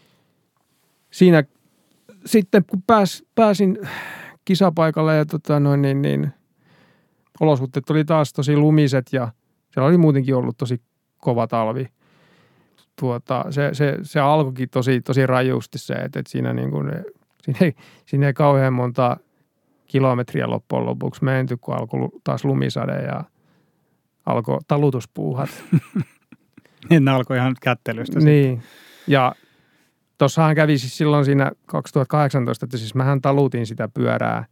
Speaker 2: siinä sitten kun pääs, pääsin kisapaikalle ja tota noin niin, niin olosuhteet oli taas tosi lumiset ja siellä oli muutenkin ollut tosi kova talvi. Tuota, se, se, se alkoikin tosi, tosi rajusti se, että, että siinä, niin kuin, siinä, ei, siinä ei kauhean monta kilometriä loppujen lopuksi menty, kun alkoi taas lumisade ja alkoi talutuspuuhat.
Speaker 1: Ne alkoi ihan kättelystä.
Speaker 2: Niin,
Speaker 1: sitten.
Speaker 2: ja tossahan kävi siis silloin siinä kaksituhattakahdeksantoista, että siis mähän talutin sitä pyörää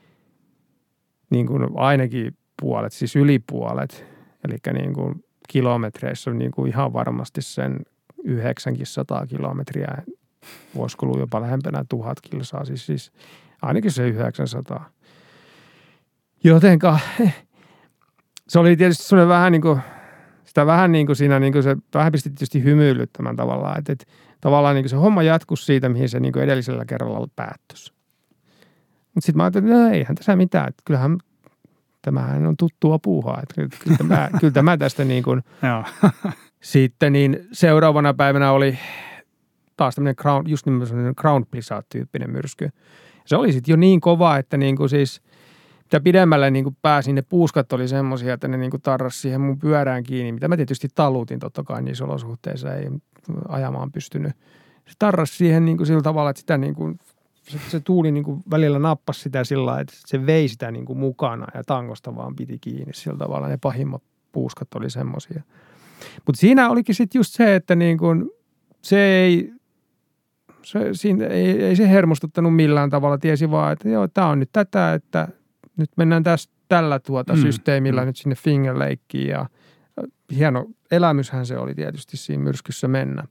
Speaker 2: niin kuin ainakin puolet, siis yli puolet, eli niin kuin kilometreissä on niin kuin ihan varmasti sen yhdeksänsataa kilometriä, voisi kulua jopa lähempänä tuhat kilsaa, siis, siis ainakin se yhdeksänsataa. Jotenka se oli tietysti sellainen vähän niin kuin, sitä vähän niin kuin siinä, niin kuin se vähän pisti tietysti hymyilyttämään tavallaan, että, että tavallaan niin kuin se homma jatkuisi siitä, mihin se niin kuin edellisellä kerralla päättyisi. Mutta sitten mä ajattelin, että no eihän tässä mitään, että kyllähän tämähän on tuttua puuhaa, että kyllä tämä, kyllä tämä tästä niin kuin sitten niin seuraavana päivänä oli taas tämmöinen ground, just nimenomaan ground blizzard-tyyppinen myrsky. Se oli sitten jo niin kova, että niin kuin siis mitä pidemmälle niin kuin pääsin, ne puuskat oli semmoisia, että ne niin kuin tarrasi siihen mun pyörään kiinni, mitä mä tietysti talutin totta kai niissä olosuhteissa, ei ajamaan pystynyt. Se tarrasi siihen niin kuin sillä tavalla, että sitä niin kuin Se, se tuuli niin kuin välillä nappasi sitä sillä lailla, että se vei sitä niin kuin mukana ja tangosta vaan piti kiinni sillä tavalla. Ne pahimmat puuskat oli semmoisia. Mutta siinä olikin sitten just se, että niin kuin se ei, se, siinä ei, ei se hermostuttanut millään tavalla. Tiesi vaan, että joo, tämä on nyt tätä, että nyt mennään tästä tällä tuota mm. systeemillä mm. nyt sinne Finger Lakeen. Ja hieno elämyshän se oli tietysti siinä myrskyssä mennä.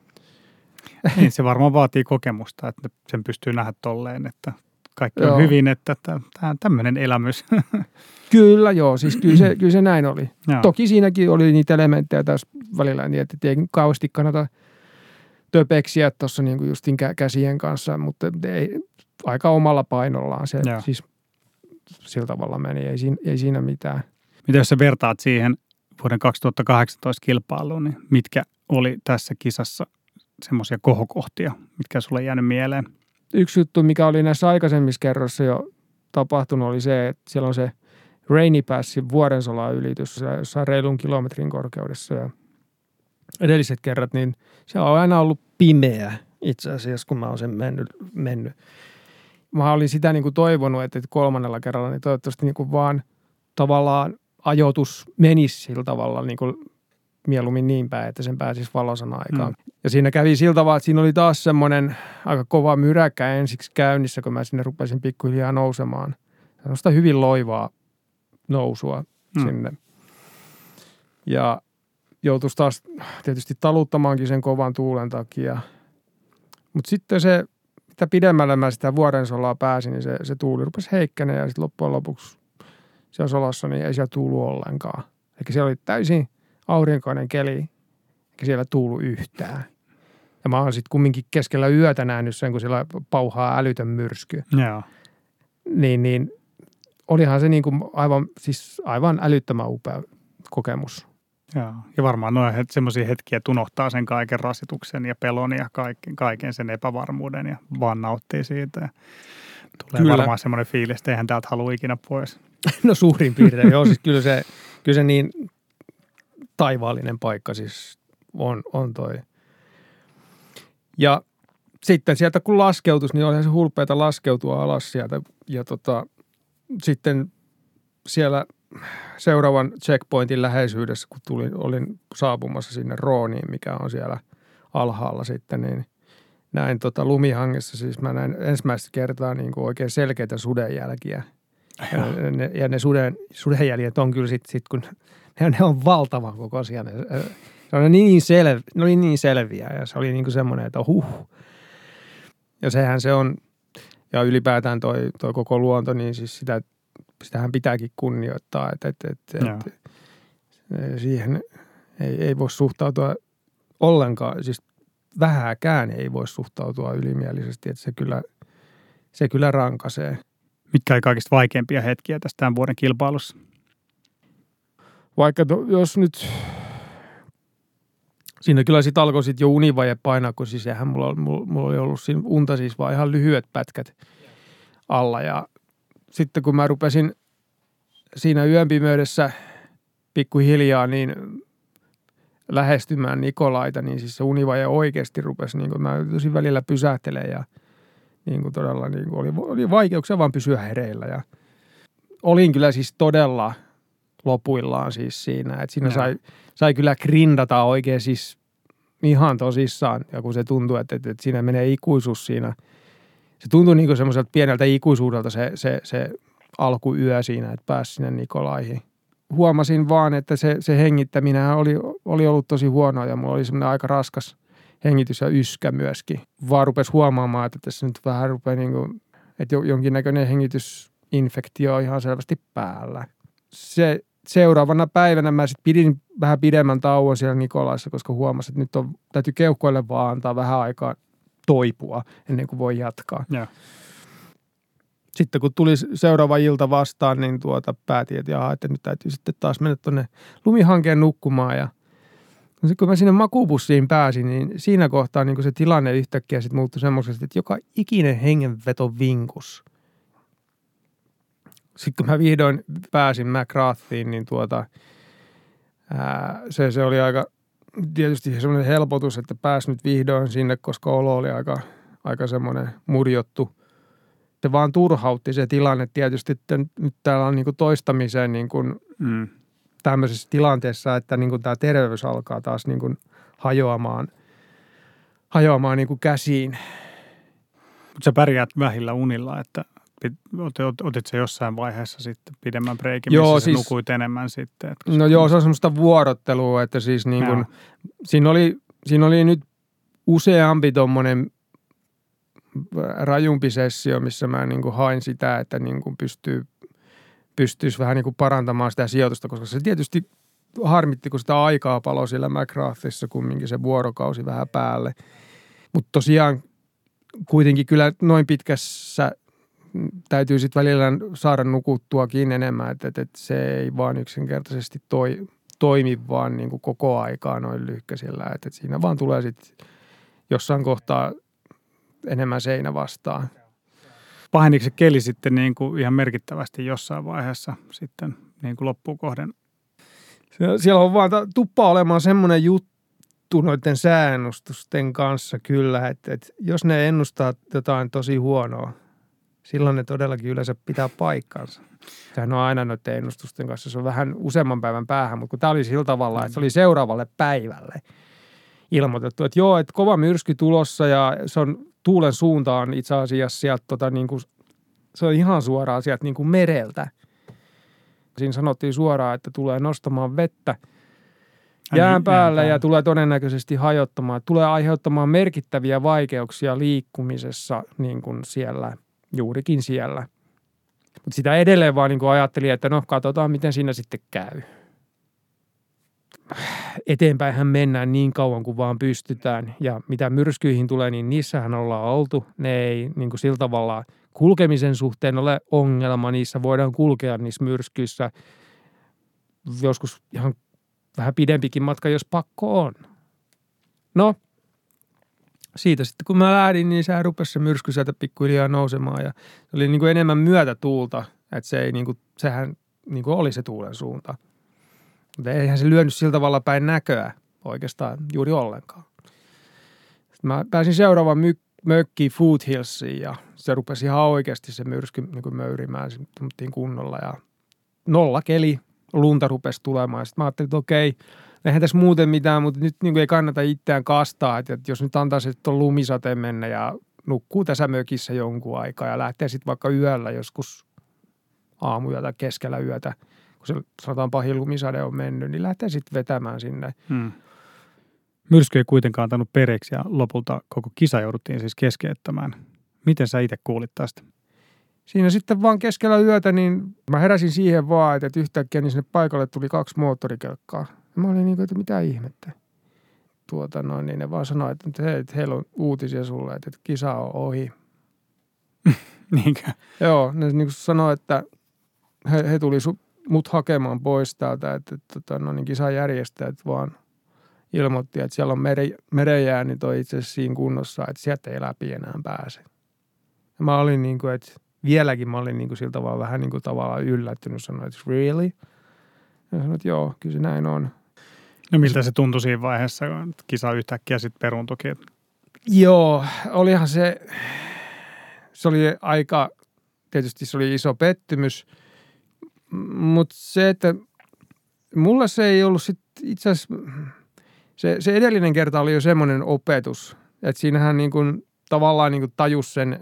Speaker 1: Niin, se varmaan vaatii kokemusta, että sen pystyy nähdä tolleen, että kaikki on
Speaker 2: joo.
Speaker 1: hyvin, että tämä on tämmöinen elämys.
Speaker 2: Kyllä, joo. Siis kyllä se, kyllä se näin oli.
Speaker 1: Joo.
Speaker 2: Toki siinäkin oli niitä elementtejä taas välillä, niin että ei kauheasti kannata töpeksiä tuossa niin kuin justin käsien kanssa, mutta ei, aika omalla painollaan se joo. siis sillä tavalla meni. Ei siinä, ei siinä mitään.
Speaker 1: Mitä jos sä vertaat siihen vuoden kaksituhattakahdeksantoista kilpailuun, niin mitkä oli tässä kisassa semmoisia kohokohtia, mitkä sulle on jäänyt mieleen?
Speaker 2: Yksi juttu, mikä oli näissä aikaisemmissa kerroissa jo tapahtunut, oli se, että siellä on se Rainy Passin vuorensola-ylitys jossain reilun kilometrin korkeudessa. Ja edelliset kerrat, niin se on aina ollut pimeä itse asiassa, kun mä oon sen mennyt. mennyt. Mä olin sitä niin kuin toivonut, että kolmannella kerralla niin toivottavasti niin kuin vaan tavallaan ajoitus menisi sillä tavalla niin kuin mieluummin niin päin, että sen pääsisi valosan aikaan. Mm. Ja siinä kävi sillä tavalla, että siinä oli taas semmoinen aika kova myräkkä ensiksi käynnissä, kun mä sinne rupesin pikkuhiljaa nousemaan. Sellaista hyvin loivaa nousua mm. sinne. Ja joutuisi taas tietysti taluttamaankin sen kovan tuulen takia. Mutta sitten se, mitä pidemmälle mä sitä vuorensolaa pääsin, niin se, se tuuli rupesi heikkäneen ja sitten loppujen lopuksi siellä solassa niin ei siellä tuulu ollenkaan. Eli siellä oli täysin aurinkoinen keli, eikä siellä tuulu yhtään. Ja mä oon sitten kumminkin keskellä yötä nähnyt sen, kun siellä pauhaa älytön myrsky.
Speaker 1: Joo.
Speaker 2: Niin, niin olihan se niin kuin aivan, siis aivan älyttömän upea kokemus.
Speaker 1: Joo. Ja varmaan noin semmoisia hetkiä, että unohtaa sen kaiken rasituksen ja pelon ja kaiken, kaiken sen epävarmuuden ja vaan nauttii siitä. Ja tulee kyllä varmaan semmoinen fiilis, että eihän täältä halua ikinä pois.
Speaker 2: No suurin piirtein, joo. Siis kyllä se, kyllä se niin taivaallinen paikka siis on, on toi. Ja sitten sieltä kun laskeutus, niin olihan se hulpeata laskeutua alas sieltä. Ja tota, sitten siellä seuraavan checkpointin läheisyydessä, kun tulin, olin saapumassa sinne Rooniin, mikä on siellä alhaalla sitten, niin näin tota lumihangessa, siis mä näin ensimmäistä kertaa niin kuin oikein selkeitä sudenjälkiä. Ja ne, ja ne suden, sudenjäljet on kyllä sitten, sit, kun ne, ne on valtavan kokoisia. Ne, ne, oli niin selv, ne oli niin selviä ja se oli niin kuin semmoinen, että huh. Ja sehän se on, ja ylipäätään toi, toi koko luonto, niin siis sitä, sitähän pitääkin kunnioittaa, että, että, että, että siihen ei, ei voi suhtautua ollenkaan, siis vähääkään ei voi suhtautua ylimielisesti, että se kyllä, se kyllä rankaisee.
Speaker 1: Mitkä oli kaikista vaikeimpia hetkiä tästä tämän vuoden kilpailussa?
Speaker 2: Vaikka to, jos nyt, siinä kyllä sitten alkoi sit jo univaje painaa, kun siis eihän mulla, mulla, mulla oli ollut siinä unta siis vaan ihan lyhyet pätkät alla. Ja sitten kun mä rupesin siinä yön pimeydessä pikkuhiljaa niin lähestymään Nikolaita, niin siis se univaje oikeasti rupesi, niin kuin mä tosi välillä pysähtelemään ja niin kuin todella niin kuin oli, oli vaikeuksia vaan pysyä hereillä. Ja olin kyllä siis todella lopuillaan siis siinä, että siinä sai, sai kyllä grindata oikein siis ihan tosissaan. Ja kun se tuntui, että, että, että siinä menee ikuisuus siinä, se tuntui niin kuin semmoiselta pieneltä ikuisuudelta se, se, se alkuyö siinä, että pääsi sinne Nikolaihin. Huomasin vaan, että se, se hengittäminen oli, oli ollut tosi huonoa ja mulla oli semmoinen aika raskas hengitys ja yskä myöskin. Vaan rupesi huomaamaan, että tässä nyt vähän rupeaa niin kuin, että jonkinnäköinen hengitysinfektio on ihan selvästi päällä. Se seuraavana päivänä mä sitten pidin vähän pidemmän tauon siellä Nikolaissa, koska huomasin, että nyt on, täytyy keuhkoille vaan antaa vähän aikaa toipua ennen kuin voi jatkaa. Ja. Sitten kun tuli seuraava ilta vastaan, niin tuota päätin, että, jaa, että nyt täytyy sitten taas mennä tuonne lumihankeen nukkumaan. Ja sitten kun mä sinne makuupussiin pääsin, niin siinä kohtaa niin se tilanne yhtäkkiä sitten muuttui semmoisesti, että joka ikinen hengenveto vinkus. Sitten kun mä vihdoin pääsin McGrathiin, niin tuota, ää, se, se oli aika tietysti semmoinen helpotus, että pääsi nyt vihdoin sinne, koska olo oli aika, aika semmoinen murjottu. Se vaan turhautti se tilanne tietysti, että nyt täällä on niin kuin toistamiseen niin kuin mm. tämmöisessä tilanteessa, että niin kuin tämä terveys alkaa taas niin kuin hajoamaan, hajoamaan niin kuin käsiin.
Speaker 1: Mutta sä pärjäät vähillä unilla, että otit se jossain vaiheessa sitten pidemmän breikin, missä siis, nukuit enemmän sitten? Että
Speaker 2: no joo, se on semmoista vuorottelua, että siis niin kuin, siinä, oli, siinä oli nyt useampi tommonen rajumpi sessio, missä mä niin kuin hain sitä, että niin kuin pystyy, pystyisi vähän niin kuin parantamaan sitä sijoitusta, koska se tietysti harmitti, kun sitä aikaa paloi siellä McGrathissa kumminkin se vuorokausi vähän päälle. Mutta tosiaan kuitenkin kyllä noin pitkässä täytyy sitten välillä saada nukuttuakin enemmän, että, että, että se ei vaan yksinkertaisesti toi, toimi vaan niin kuin koko aikaa noin lyhkäisillä, että, että siinä vaan tulee sitten jossain kohtaa enemmän seinä vastaan.
Speaker 1: Paheniko se keli sitten niin kuin ihan merkittävästi jossain vaiheessa sitten niin kuin loppuun kohden?
Speaker 2: Siellä on vaan tuppa olemaan semmoinen juttu noiden sääennustusten kanssa kyllä, että, että jos ne ennustaa jotain tosi huonoa, silloin ne todellakin yleensä pitää paikkansa. Sehän on aina noiden ennustusten kanssa, se on vähän useamman päivän päähän, mutta kun tämä oli sillä tavalla, että se oli seuraavalle päivälle ilmoitettu, että joo, että kova myrsky tulossa ja se on tuulen suuntaan itse asiassa sieltä, tota, niin kuin, se on ihan suoraan sieltä niin kuin mereltä. Siinä sanottiin suoraan, että tulee nostamaan vettä jään päällä ja tulee todennäköisesti hajottamaan. Tulee aiheuttamaan merkittäviä vaikeuksia liikkumisessa niin kuin siellä, juurikin siellä. Mutta sitä edelleen vaan niin kuin ajattelin, että no katsotaan miten siinä sitten käy. Eteenpäinhän mennään niin kauan kuin vaan pystytään ja mitä myrskyihin tulee, niin niissähän ollaan oltu. Ne ei niin kuin sillä tavalla kulkemisen suhteen ole ongelma. Niissä voidaan kulkea niissä myrskyissä joskus ihan vähän pidempikin matka, jos pakko on. No, siitä sitten kun mä lähdin, niin sehän rupesi se myrsky sieltä pikkuhiljaa nousemaan ja se oli niin kuin enemmän myötätuulta, että se ei niin kuin, sehän niin kuin oli se tuulen suunta. Mutta eihän se lyönyt sillä tavalla päin näköä oikeastaan juuri ollenkaan. Sitten mä pääsin seuraavaan my- mökkiin Foothillsiin ja se rupesi ihan oikeasti se myrsky niin kuin möyrimään kunnolla ja nolla keli, lunta rupesi tulemaan. Ja sitten mä ajattelin, että okei, eihän tässä muuten mitään, mutta nyt niin kuin ei kannata itseään kastaa, että jos nyt antaa se tuon lumisateen mennä ja nukkuu tässä mökissä jonkun aikaa ja lähtee sitten vaikka yöllä joskus aamuyötä keskellä yötä, kun se sanotaan pahin lumisade on mennyt, niin lähtee sitten vetämään sinne. Hmm.
Speaker 1: Myrsky ei kuitenkaan antanut periksi ja lopulta koko kisa jouduttiin siis keskeyttämään. Miten sä itse kuulit tästä?
Speaker 2: Siinä sitten vaan keskellä yötä, niin mä heräsin siihen vaan, että yhtäkkiä niin sinne paikalle tuli kaksi moottorikelkkaa. Ja mä olin niin kuin, että mitä ihmettä. tuota noin, niin ne vaan sanoi, että, hei, että heillä on uutisia sulle, että, että kisa on ohi.
Speaker 1: Niinkö?
Speaker 2: Joo, ne niin sanoi, että he, he tuli su, mut hakemaan pois täältä, että, että, että no niin kisajärjestäjät vaan ilmoitti, että siellä on mere, merenjäänit on itse asiassa siinä kunnossa, että sieltä ei läpi enää pääse. Ja mä olin niin kuin, että vieläkin mä olin niin kuin sillä tavalla vähän niin kuin tavallaan yllättynyt, sanoin, että really? Ja sanoin, että joo, kyllä se näin on.
Speaker 1: No miltä se tuntui siinä vaiheessa, kun kisa yhtäkkiä sitten peruuntuikin?
Speaker 2: Joo, olihan se, se oli aika, tietysti se oli iso pettymys, mutta se, että mulla se ei ollut sitten itse asiassa, se, se edellinen kerta oli jo semmoinen opetus, että siinähän niin kuin tavallaan niin kuin tajus sen,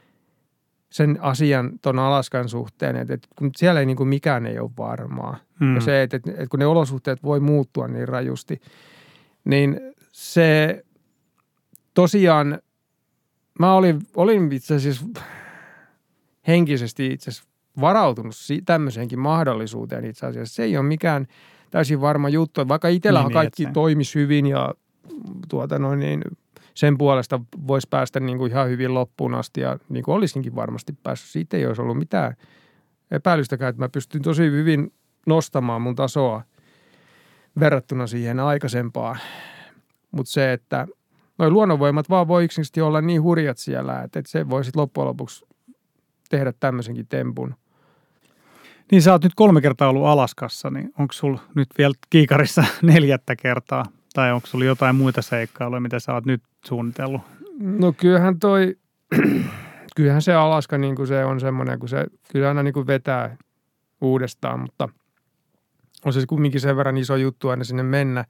Speaker 2: sen asian ton Alaskan suhteen, että, että kun siellä ei niin kuin mikään ei ole varmaa. Mm. Ja se, että, että, että kun ne olosuhteet voi muuttua niin rajusti, niin se tosiaan, mä olin, olin itse asiassa henkisesti itse asiassa varautunut tämmöiseenkin mahdollisuuteen itse asiassa. Se ei ole mikään täysin varma juttu. Vaikka itsellähän niin, kaikki niin, toimisi hyvin ja tuota noin, niin sen puolesta voisi päästä niin kuin ihan hyvin loppuun asti ja niin kuin olisinkin varmasti päässyt. Siitä ei olisi ollut mitään epäilystäkään, että mä pystyn tosi hyvin nostamaan mun tasoa verrattuna siihen aikaisempaan. Mutta se, että noi luonnonvoimat vaan voi yksinkertaisesti olla niin hurjat siellä, että se voi sitten loppujen lopuksi tehdä tämmöisenkin tempun.
Speaker 1: Niin sä oot nyt kolme kertaa ollut Alaskassa, niin onko sulla nyt vielä kiikarissa neljättä kertaa? Tai onko sulla jotain muita seikkailuja, mitä sä oot nyt suunnitellut?
Speaker 2: No kyllähän toi, kyllähän se Alaska niin kuin se on semmoinen, kun se kyllä aina niin kuin vetää uudestaan, mutta on se kumminkin sen verran iso juttu aina sinne mennä.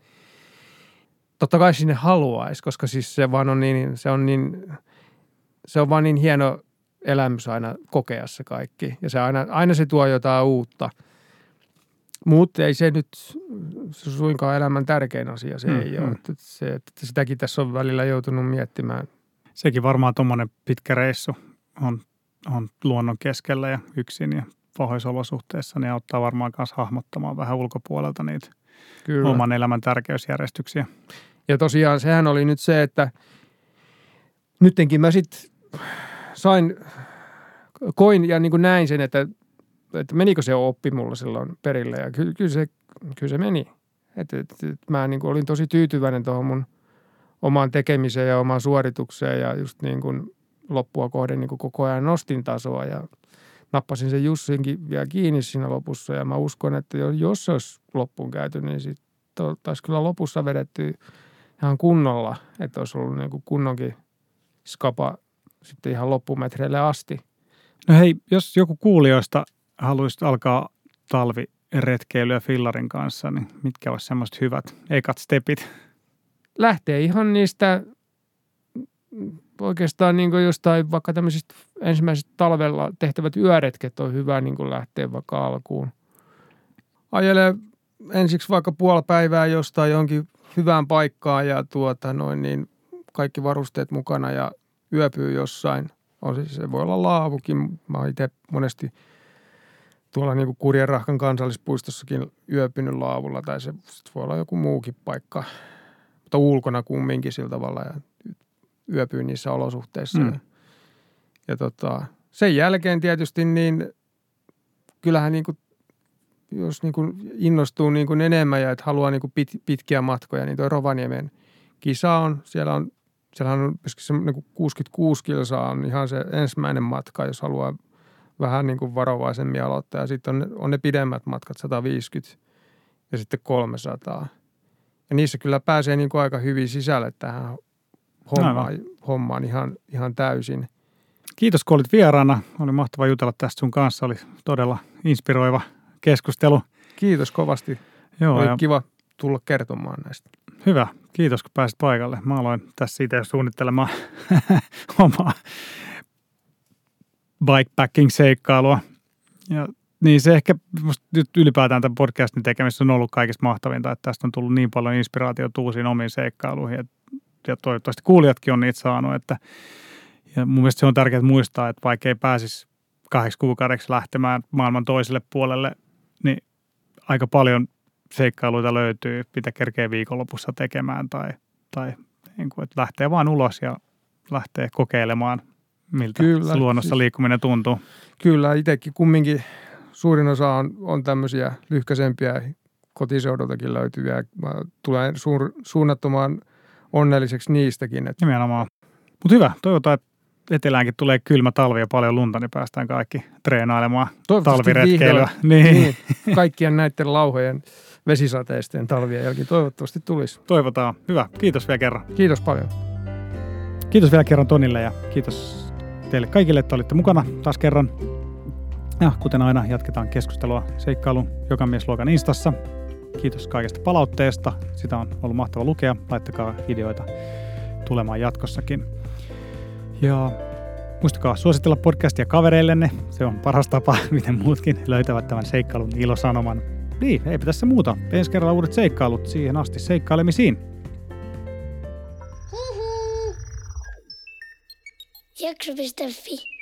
Speaker 2: Totta kai sinne haluaisi, koska siis se vaan on niin, se on niin, se on vaan niin hieno elämys aina kokea se kaikki. Ja se aina, aina se tuo jotain uutta. Mutta ei se nyt se suinkaan elämän tärkein asia, se mm, ei mm. ole. Että se, että sitäkin tässä on välillä joutunut miettimään.
Speaker 1: Sekin varmaan tuommoinen pitkä reissu on, on luonnon keskellä ja yksin ja pohjoisolosuhteessa, niin auttaa varmaan myös hahmottamaan vähän ulkopuolelta niitä Kyllä. oman elämän tärkeysjärjestyksiä.
Speaker 2: Ja tosiaan sehän oli nyt se, että nyttenkin mä sitten sain, koin ja niin kuin näin sen, että, että menikö se oppi mulla silloin perille ja ky, kyllä, se, kyllä se meni. Että, että, että mä niin kuin olin tosi tyytyväinen tuohon mun omaan tekemiseen ja omaan suoritukseen ja just niin kuin loppua kohden niin kuin koko ajan nostin tasoa ja nappasin sen Jussinkin vielä kiinni siinä lopussa ja mä uskon, että jos se olisi loppuun käyty, niin sitten oltaisiin kyllä lopussa vedetty ihan kunnolla, että olisi ollut niin kuin kunnonkin skapa sitten ihan loppumetreille asti.
Speaker 1: No hei, jos joku kuulijoista haluaisi alkaa talviretkeilyä fillarin kanssa, niin mitkä olisi semmoiset hyvät ekat stepit?
Speaker 2: Lähtee ihan niistä oikeastaan niin kuin jostain vaikka tämmöisistä ensimmäisistä talvella tehtävät yöretket on hyvä niin kuin lähteä vaikka alkuun. Ajelee ensiksi vaikka puoli päivää jostain johonkin hyvään paikkaan ja tuota noin niin kaikki varusteet mukana ja yöpyy jossain. On siis, se voi olla laavukin. Mä oon itse monesti tuolla niin kuin Kurjenrahkan kansallispuistossakin yöpynyt laavulla tai se voi olla joku muukin paikka. Mutta ulkona kumminkin sillä tavalla ja yöpyy niissä olosuhteissa. Mm. Ja tota, sen jälkeen tietysti niin kyllähän niin kuin, jos niin kuin innostuu niin kuin enemmän ja että haluaa niin kuin pit, pitkiä matkoja, niin toi Rovaniemen kisa on, siellä on Siellä on myöskin semmoinen kuin kuusikymmentäkuusi kilsaa on ihan se ensimmäinen matka, jos haluaa vähän niin kuin varovaisemmin aloittaa. Ja sitten on, on ne pidemmät matkat, sata viisikymmentä ja sitten kolmesataa. Ja niissä kyllä pääsee niin kuin aika hyvin sisälle tähän hommaan, hommaan ihan, ihan täysin.
Speaker 1: Kiitos kun olit vieraana. Oli mahtava jutella tästä sun kanssa. Oli todella inspiroiva keskustelu.
Speaker 2: Kiitos kovasti. Joo, oli ja kiva tulla kertomaan näistä.
Speaker 1: Hyvä. Kiitos, kun pääsit paikalle. Mä aloin tässä siitä suunnittelemaan omaa bikepacking-seikkailua. Ja niin se ehkä nyt ylipäätään tämän podcastin tekemisessä on ollut kaikista mahtavinta, että tästä on tullut niin paljon inspiraatiota uusiin omiin seikkailuihin. Ja, ja toivottavasti kuulijatkin on niitä saanut. Että, ja mun mielestä se on tärkeää muistaa, että vaikka ei pääsisi kahdeksi kuukaudeksi lähtemään maailman toiselle puolelle, niin aika paljon seikkailuita löytyy, mitä kerkee viikonlopussa tekemään tai tai niin kuin, että lähtee vaan ulos ja lähtee kokeilemaan, miltä
Speaker 2: Kyllä,
Speaker 1: luonnossa
Speaker 2: siis,
Speaker 1: liikkuminen tuntuu.
Speaker 2: Kyllä, itsekin kumminkin suurin osa on, on tämmöisiä lyhkäisempiä kotiseudultakin löytyviä. Mä tulen suur, suunnattoman onnelliseksi niistäkin. Että.
Speaker 1: Nimenomaan. Mutta hyvä, toivotaan, että eteläänkin tulee kylmä talvi ja paljon lunta, niin päästään kaikki treenailemaan talviretkeilyä.
Speaker 2: Niin. niin. Kaikkien näiden lauhojen vesisateisten talvien jälkeen toivottavasti tulisi.
Speaker 1: Toivotaan. Hyvä. Kiitos vielä kerran.
Speaker 2: Kiitos paljon.
Speaker 1: Kiitos vielä kerran Tonille ja kiitos teille kaikille, että olitte mukana taas kerran. Ja kuten aina, jatketaan keskustelua Seikkailun Jokamiesluokan Instassa. Kiitos kaikesta palautteesta. Sitä on ollut mahtava lukea. Laittakaa ideoita tulemaan jatkossakin. Ja muistakaa suositella podcastia kavereillenne. Se on paras tapa, miten muutkin löytävät tämän seikkailun ilosanoman. Niin, eipä tässä muuta. Ensi kerralla uudet seikkailut. Siihen asti seikkailemisiin.
Speaker 3: Jakso piste fi